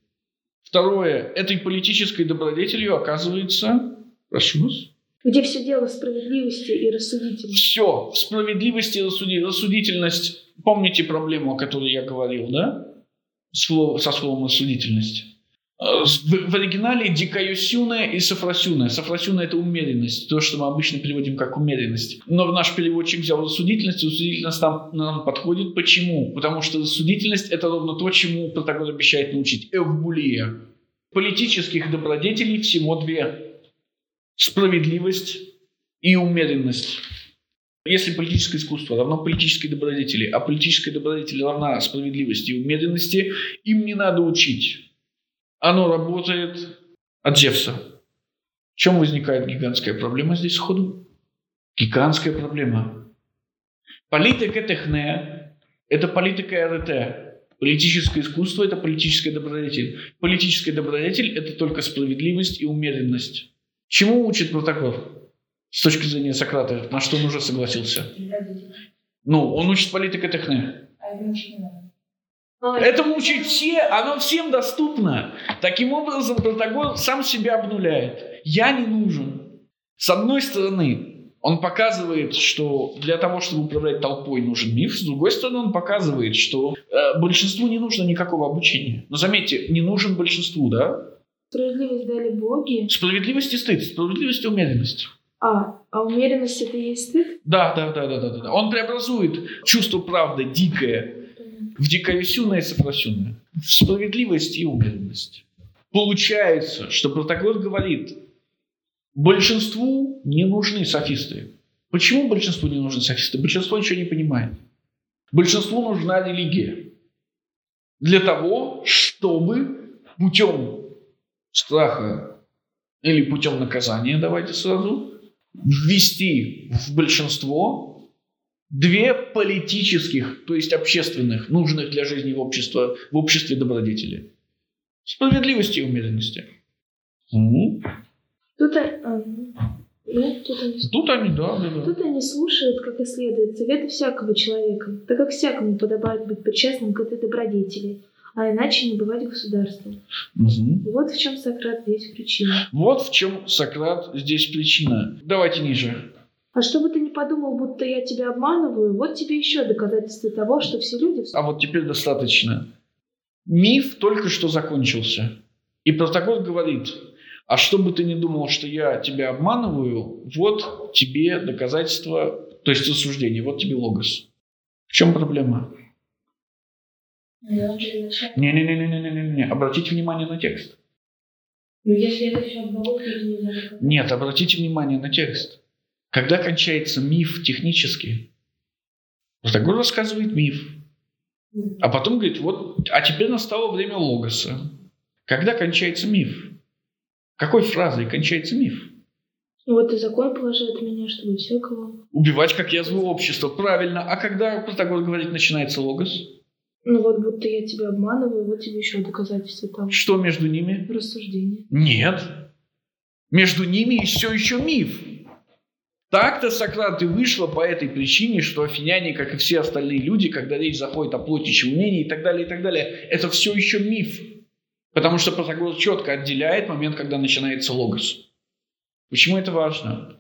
Второе. Этой политической добродетелью оказывается... Прошу вас. Где все дело в справедливости и рассудительности. Все. В справедливости и рассуди... рассудительность. Помните проблему, о которой я говорил, да? Слово... Со словом рассудительность. В, в оригинале дикаюсюне и софросюне. Софросюне – это умеренность, то, что мы обычно переводим как умеренность. Но наш переводчик взял рассудительность, и рассудительность нам, нам подходит. Почему? Потому что рассудительность – это ровно то, чему Протагор обещает научить. Эвбулия. Политических добродетелей всего две. Справедливость и умеренность. Если политическое искусство равно политической добродетели, а политическая добродетель равна справедливости и умеренности, им не надо учить. Оно работает от Зевса. В чем возникает гигантская проблема здесь сходу? Гигантская проблема. Политика техне – это политика РТ. Политическое искусство – это политическая добродетель. Политическая добродетель – это только справедливость и умеренность. Чему учит Протагор? С точки зрения Сократа, на что он уже согласился? Ну, он учит политика техне. А это учить не надо. Этому учить все, оно всем доступно. Таким образом, Протагор сам себя обнуляет. Я не нужен. С одной стороны, он показывает, что для того, чтобы управлять толпой, нужен миф. С другой стороны, он показывает, что э, большинству не нужно никакого обучения. Но заметьте, не нужен большинству, да? Справедливость дали боги. Справедливость и стыд, справедливость и умеренность. А, а умеренность это и есть стыд? Да, да, да, да, да, да. Он преобразует чувство правды дикое в дикоюсюное и софросюное. В справедливость и умеренность. Получается, что Протагор говорит, большинству не нужны софисты. Почему большинству не нужны софисты? Большинство ничего не понимает. Большинству нужна религия. Для того, чтобы путем страха или путем наказания, давайте сразу, ввести в большинство две политических, то есть общественных, нужных для жизни в обществе, в обществе добродетели. Справедливости и умеренности. Угу. Тут, а, ну, тут, они, тут они, да, да, да. Тут они слушают, как и следует, советы всякого человека, так как всякому подобает быть причастным к этой добродетели, а иначе не бывать государством. Угу. Вот в чем Сократ здесь причина. Вот в чем Сократ здесь причина. Давайте ниже. А чтобы ты не подумал, будто я тебя обманываю, вот тебе еще доказательство того, что все люди... А вот теперь достаточно. Миф только что закончился. И Протагор говорит, а чтобы ты не думал, что я тебя обманываю, вот тебе доказательство, то есть осуждение, вот тебе логос. В чем проблема? Не-не-не-не-не-не-не. Обратите внимание на текст. Ну, если это все от богов, то это не надо. Нет, обратите внимание на текст. Когда кончается миф технически, Протагор рассказывает миф. А потом говорит, вот, а теперь настало время логоса. Когда кончается миф? Какой фразой кончается миф? Вот и закон положи от меня, чтобы всякого... Убивать, как язву общества. Правильно. А когда Протагор говорит, начинается логос? Ну вот, будто я тебя обманываю, вот тебе еще доказательство того. Что между ними? Рассуждение. Нет. Между ними все еще миф. Так-то Сократ и вышло по этой причине, что афиняне, как и все остальные люди, когда речь заходит о плотичьем умении и так далее, и так далее, это все еще миф. Потому что Протагор четко отделяет момент, когда начинается логос. Почему это важно?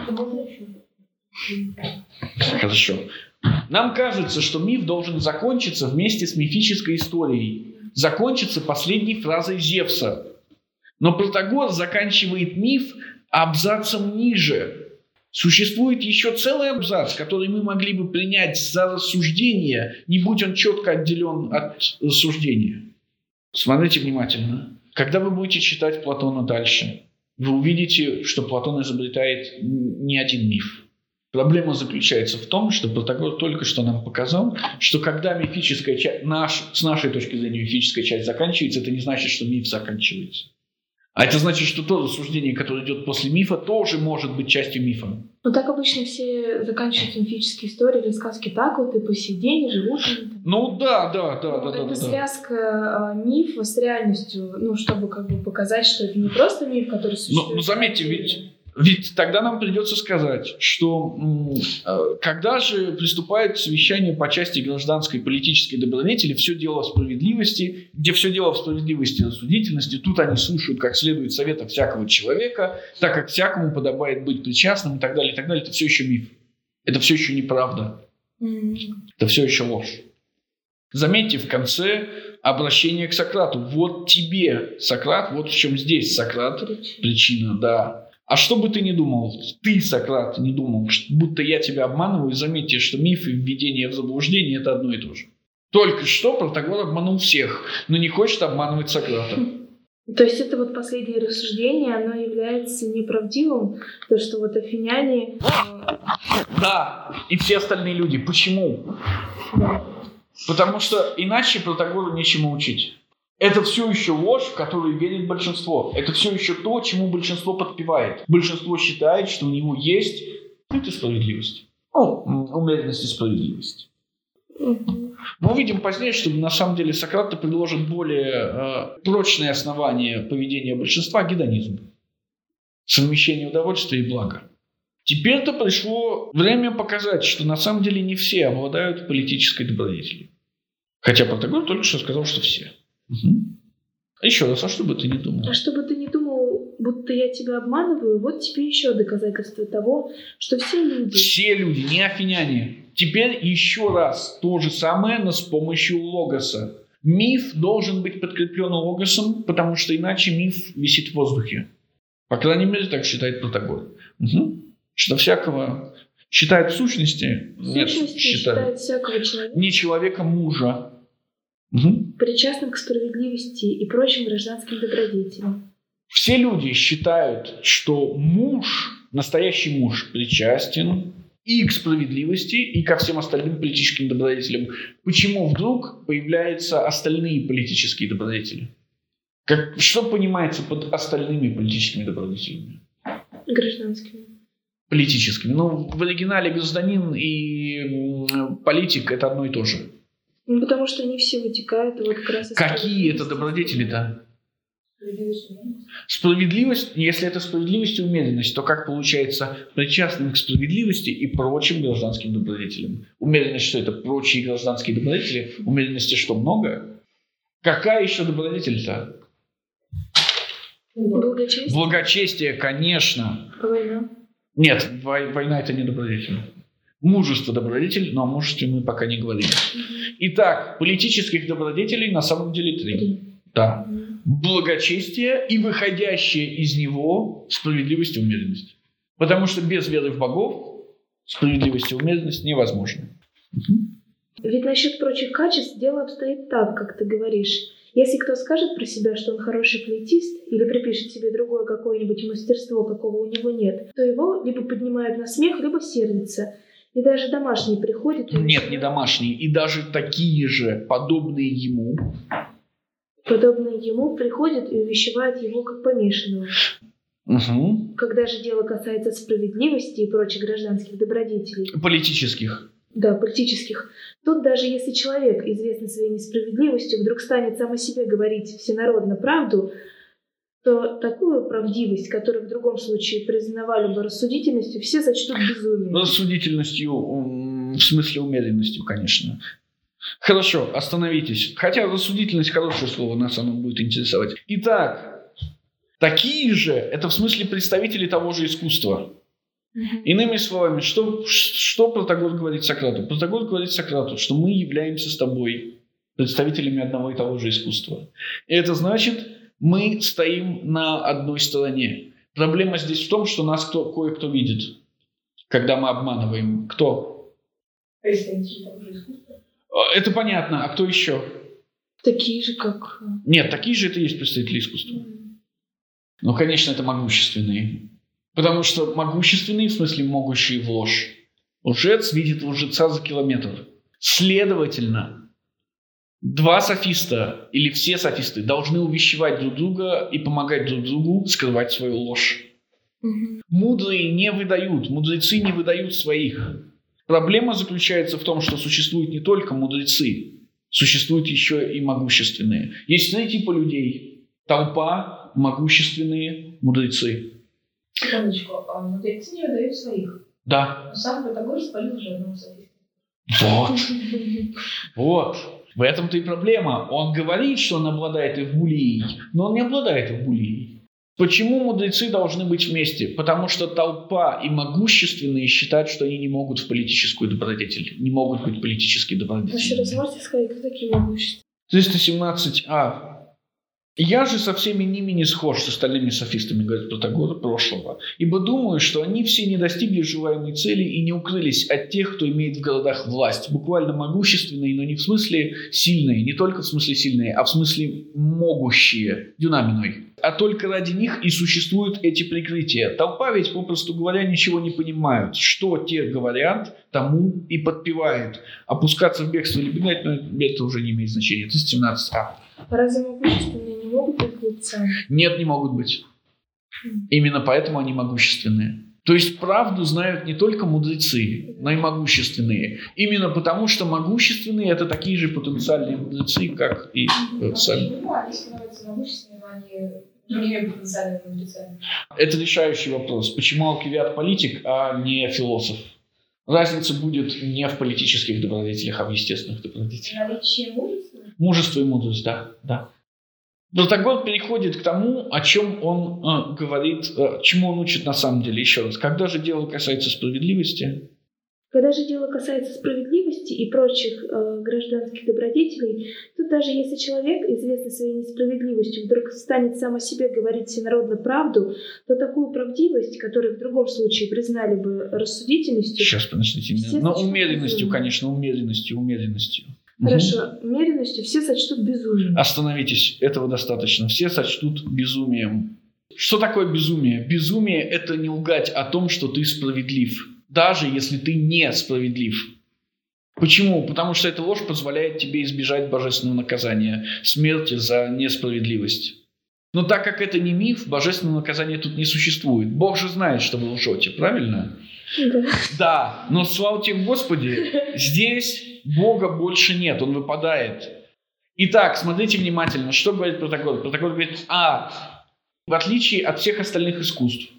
Хорошо. Нам кажется, что миф должен закончиться вместе с мифической историей. Закончиться последней фразой Зевса. Но Протагор заканчивает миф абзацем ниже. Существует еще целый абзац, который мы могли бы принять за рассуждение, не будь он четко отделен от рассуждения. Смотрите внимательно. Когда вы будете читать Платона дальше, вы увидите, что Платон изобретает не один миф. Проблема заключается в том, что Протагор только что нам показал, что когда мифическая часть, наш, с нашей точки зрения мифическая часть заканчивается, это не значит, что миф заканчивается. А это значит, что то рассуждение, которое идет после мифа, тоже может быть частью мифа. Ну так обычно все заканчиваются мифические истории или сказки так вот и по сей день живут. Ну да, да, да, ну, да, это да. связка э, мифа с реальностью, ну чтобы как бы показать, что это не просто миф, который существует. Ну, ну заметьте, ведь... Ведь тогда нам придется сказать, что э, когда же приступает к совещанию по части гражданской и политической добродетели, все дело в справедливости, где все дело в справедливости и рассудительности, тут они слушают как следует совета всякого человека, так как всякому подобает быть причастным и так далее, и так далее. Это все еще миф. Это все еще неправда. Mm-hmm. Это все еще ложь. Заметьте в конце обращение к Сократу. Вот тебе, Сократ, вот в чем здесь Сократ. Причина. Причина, да. А что бы ты ни думал, ты, Сократ, не думал, будто я тебя обманываю, заметьте, что миф и введение в заблуждение – это одно и то же. Только что Протагор обманул всех, но не хочет обманывать Сократа. То есть это вот последнее рассуждение, оно является неправдивым, то, что вот афиняне... Да, и все остальные люди. Почему? Да. Потому что иначе Протагору нечему учить. Это все еще ложь, в которую верит большинство. Это все еще то, чему большинство подпевает. Большинство считает, что у него есть какая-то справедливость. Ну, умеренность и справедливость. Угу. Мы увидим позднее, что на самом деле Сократ предложит более э, прочные основания поведения большинства – гедонизм. Совмещение удовольствия и блага. Теперь-то пришло время показать, что на самом деле не все обладают политической добродетелью. Хотя Протагор только что сказал, что все. Угу. Еще раз, а что бы ты ни думал? А что бы ты ни думал, будто я тебя обманываю, вот тебе еще доказательство того, что все люди... Все люди, не афиняне. Теперь еще раз то же самое, но с помощью логоса. Миф должен быть подкреплен логосом, потому что иначе миф висит в воздухе. По крайней мере, так считает Протагор. Угу. Что всякого считает в сущности, В нет, сущности считает, считает всякого человека не человека, мужа. Угу. причастным к справедливости и прочим гражданским добродетелям. Все люди считают, что муж, настоящий муж, причастен и к справедливости, и ко всем остальным политическим добродетелям. Почему вдруг появляются остальные политические добродетели? Как, что понимается под остальными политическими добродетелями? Гражданскими. Политическими. Ну, в оригинале гражданин и политик – это одно и то же. Ну, потому что они все вытекают вот как раз из Какие это добродетели-то? Справедливость. Справедливость, если это справедливость и умеренность, то как получается причастным к справедливости и прочим гражданским добродетелям? Умеренность, что это прочие гражданские добродетели? Умеренности что, много? Какая еще добродетель-то? Благочестие. Благочестие, конечно. Война. Нет, вой- война это не добродетель. Мужество добродетель, но о мужестве мы пока не говорили. Итак, политических добродетелей на самом деле три. Три. Да. Благочестие и выходящее из него справедливость и умеренность. Потому что без веры в богов справедливость и умеренность невозможны. Ведь насчет прочих качеств дело обстоит так, как ты говоришь. Если кто скажет про себя, что он хороший флейтист, или припишет себе другое какое-нибудь мастерство, какого у него нет, то его либо поднимают на смех, либо сердится. И даже домашние приходят... Нет, не домашние. И даже такие же, подобные ему, Подобные ему приходят и увещевают его как помешанного. угу. Когда же дело касается справедливости и прочих гражданских добродетелей, политических. да, политических, тут даже если человек, известный своей несправедливостью, вдруг станет сам о себе говорить всенародно правду, то такую правдивость, которую в другом случае признавали бы рассудительностью, все сочтут безумием. Рассудительностью, м, в смысле умеренностью, конечно. Хорошо, остановитесь. Хотя рассудительность хорошее слово, нас оно будет интересовать. Итак, такие же, это в смысле представители того же искусства. Мгм. Иными словами, что, что Протагор говорит Сократу? Протагор говорит Сократу, что мы являемся с тобой представителями одного и того же искусства. И это значит, мы стоим на одной стороне. Проблема здесь в том, что нас кто, кое-кто видит, когда мы обманываем. Кто? Представители того же искусства. Это понятно. А кто еще? Такие же, как... Нет, такие же это и есть представители искусства. Ну, конечно, это могущественные. Потому что могущественные, в смысле могущие в ложь. Лжец видит лжеца за километр. Следовательно, два софиста или все софисты должны увещевать друг друга и помогать друг другу скрывать свою ложь. Мгм. Мудрые не выдают, мудрецы не выдают своих. Проблема заключается в том, что существуют не только мудрецы, существуют еще и могущественные. Есть три типа людей. Толпа, могущественные, мудрецы. Секундочку, а мудрецы не выдают своих. Да. Но сам Протагор спалил уже одного софиста. Вот. Вот. В этом-то и проблема. Он говорит, что он обладает эвбулией, но он не обладает эвбулией. Почему мудрецы должны быть вместе? Потому что толпа и могущественные считают, что они не могут в политическую добродетель, не могут быть политически Еще раз добродетельными. можете сказать, кто такие могущественные? триста семнадцать а. Я же со всеми ними не схож, с остальными софистами, говорит Протагор, прошлого, ибо думаю, что они все не достигли желаемой цели и не укрылись от тех, кто имеет в городах власть, буквально могущественные, но не в смысле сильные, не только в смысле сильные, а в смысле могущие, дюнаминой. А только ради них и существуют эти прикрытия. Толпа ведь, попросту говоря, ничего не понимают. Что те говорят, тому и подпевает. Опускаться в бегство или бегать, но это уже не имеет значения. Это семнадцать а. А разве могущественные не могут быть глупцами? Нет, не могут быть. Именно поэтому они могущественные. То есть правду знают не только мудрецы, но и могущественные. Именно потому, что могущественные – это такие же потенциальные мудрецы, как и э, сами. Почему они становятся могущественными, а не другими потенциальными мудрецами? Это решающий вопрос. Почему Алкивиад политик, а не философ? Разница будет не в политических добродетелях, а в естественных добродетелях. Наличие мужества? Мужество и мудрость, да, да. Протагор переходит к тому, о чем он э, говорит, э, чему он учит на самом деле. Еще раз, когда же дело касается справедливости? Когда же дело касается справедливости и прочих э, гражданских добродетелей, то даже если человек, известный своей несправедливостью, вдруг станет сам о себе говорить всенародно правду, то такую правдивость, которую в другом случае признали бы рассудительностью... Сейчас, подождите. Но умеренностью, конечно, умеренностью, умеренностью. Хорошо, угу. Умеренностью все сочтут безумием. Остановитесь, этого достаточно. Все сочтут безумием. Что такое безумие? Безумие – это не лгать о том, что ты справедлив, даже если ты не справедлив. Почему? Потому что эта ложь позволяет тебе избежать божественного наказания, смерти за несправедливость. Но так как это не миф, божественного наказания тут не существует. Бог же знает, что вы лжете, правильно? Да. Да, но слава тебе, Господи, здесь Бога больше нет, Он выпадает. Итак, смотрите внимательно, что говорит Протагор. Протагор говорит, а, в отличие от всех остальных искусств,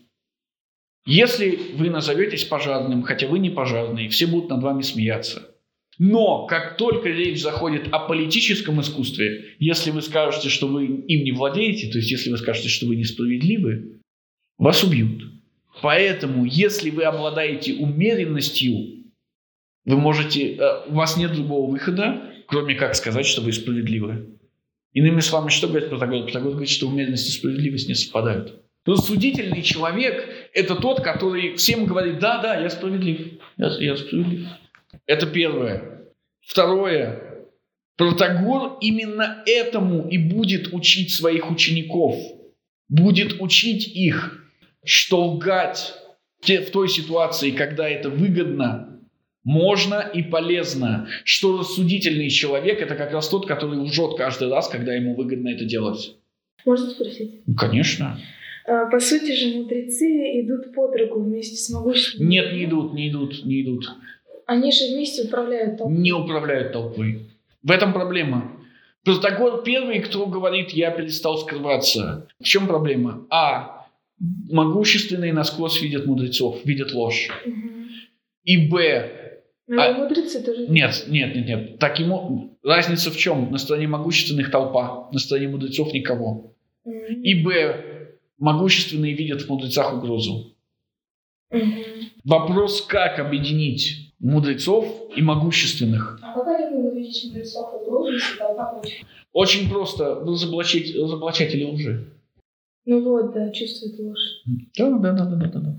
если вы назоветесь пожарным, хотя вы не пожарный, все будут над вами смеяться. Но как только речь заходит о политическом искусстве, если вы скажете, что вы им не владеете, то есть если вы скажете, что вы несправедливы, вас убьют. Поэтому, если вы обладаете умеренностью, вы можете, у вас нет другого выхода, кроме как сказать, что вы справедливы. Иными словами, что говорит Протагор? Протагор говорит, что умеренность и справедливость не совпадают. Рассудительный человек – это тот, который всем говорит, да, да, я справедлив, я, я справедлив. Это первое. Второе. Протагор именно этому и будет учить своих учеников. Будет учить их, что лгать в той ситуации, когда это выгодно, можно и полезно. Что рассудительный человек – это как раз тот, который лжет каждый раз, когда ему выгодно это делать. Можно спросить? Конечно. По сути же, мудрецы идут под руку вместе с могущественными. Нет, не идут, не идут, не идут. Они же вместе управляют толпой. Не управляют толпой. В этом проблема. Протагор первый, кто говорит, я перестал скрываться. В чем проблема? А. Могущественные насквозь видят мудрецов, видят ложь. Угу. И Б. Но а... мудрецы тоже... Нет, нет, нет, нет. Так ему... Разница в чем? На стороне могущественных толпа, на стороне мудрецов никого. Угу. И Б. Могущественные видят в мудрецах угрозу. Угу. Вопрос, как объединить мудрецов и могущественных. А как они могут видеть мудрецов угрозу, если толпа против? Очень просто. Разоблачить, разоблачатели лжи. Ну вот, да, чувствует ложь. Да, да, да, да, да, да.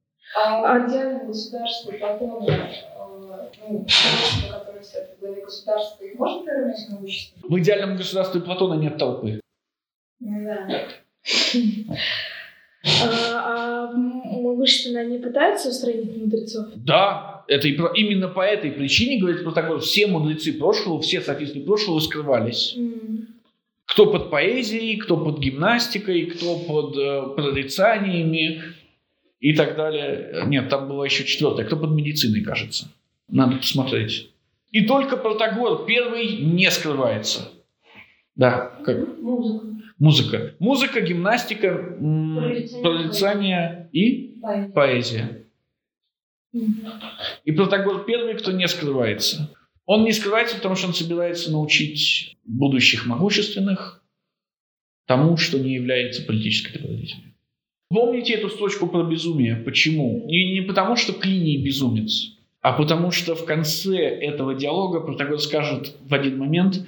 А в идеальном государстве Платона, э, ну, которые стоят в главе государства, их можно приравнять к могущественным? В идеальном государстве Платона нет толпы. Ну да. А, а могущественные они пытаются устранить мудрецов? Да, это и про, именно по этой причине, говорит Протагор, все мудрецы прошлого, все софисты прошлого скрывались. Mm. Кто под поэзией, кто под гимнастикой, кто под э, прорицаниями и так далее. Нет, там было еще четвертое. Кто под медициной, кажется. Надо посмотреть. И только Протагор первый не скрывается. Да, как? Музыка. Музыка. Музыка, гимнастика, м- прорицание и поэзия. поэзия. Mm-hmm. И Протагор первый, кто не скрывается. Он не скрывается, потому что он собирается научить будущих могущественных тому, что не является политической добродетелью. Помните эту строчку про безумие? Почему? Не, не потому, что Плиний безумец, а потому что в конце этого диалога Протагор скажет в один момент: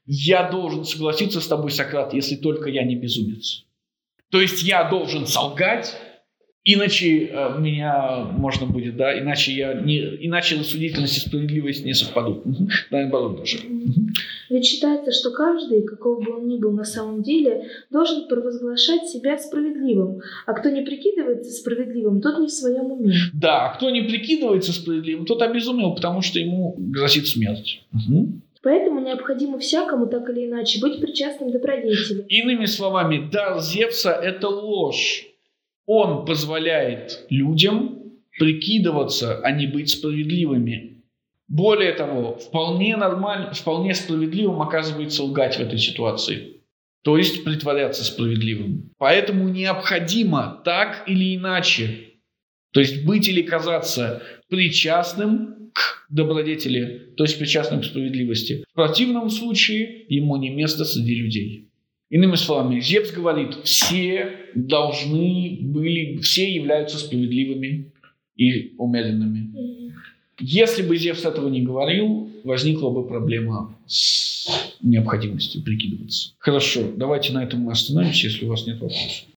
я должен согласиться с тобой, Сократ, если только я не безумец. То есть я должен солгать, иначе э, меня можно будет, да, иначе я не, иначе рассудительность и справедливость не совпадут. Угу. Наоборот даже. Угу. Ведь считается, что каждый, каков бы он ни был на самом деле, должен провозглашать себя справедливым, а кто не прикидывается справедливым, тот не в своем уме. Да, а кто не прикидывается справедливым, тот обезумел, потому что ему грозит смерть. Угу. Поэтому необходимо всякому так или иначе быть причастным добродетели. Иными словами, дар Зевса – это ложь. Он позволяет людям прикидываться, а не быть справедливыми. Более того, вполне нормально, вполне справедливым оказывается лгать в этой ситуации. То есть притворяться справедливым. Поэтому необходимо так или иначе, то есть быть или казаться причастным к добродетели, то есть причастным к справедливости. В противном случае ему не место среди людей. Иными словами, Зевс говорит, все должны были, все являются справедливыми и умеренными. Если бы Зевс этого не говорил, возникла бы проблема с необходимостью прикидываться. Хорошо, давайте на этом мы остановимся, если у вас нет вопросов.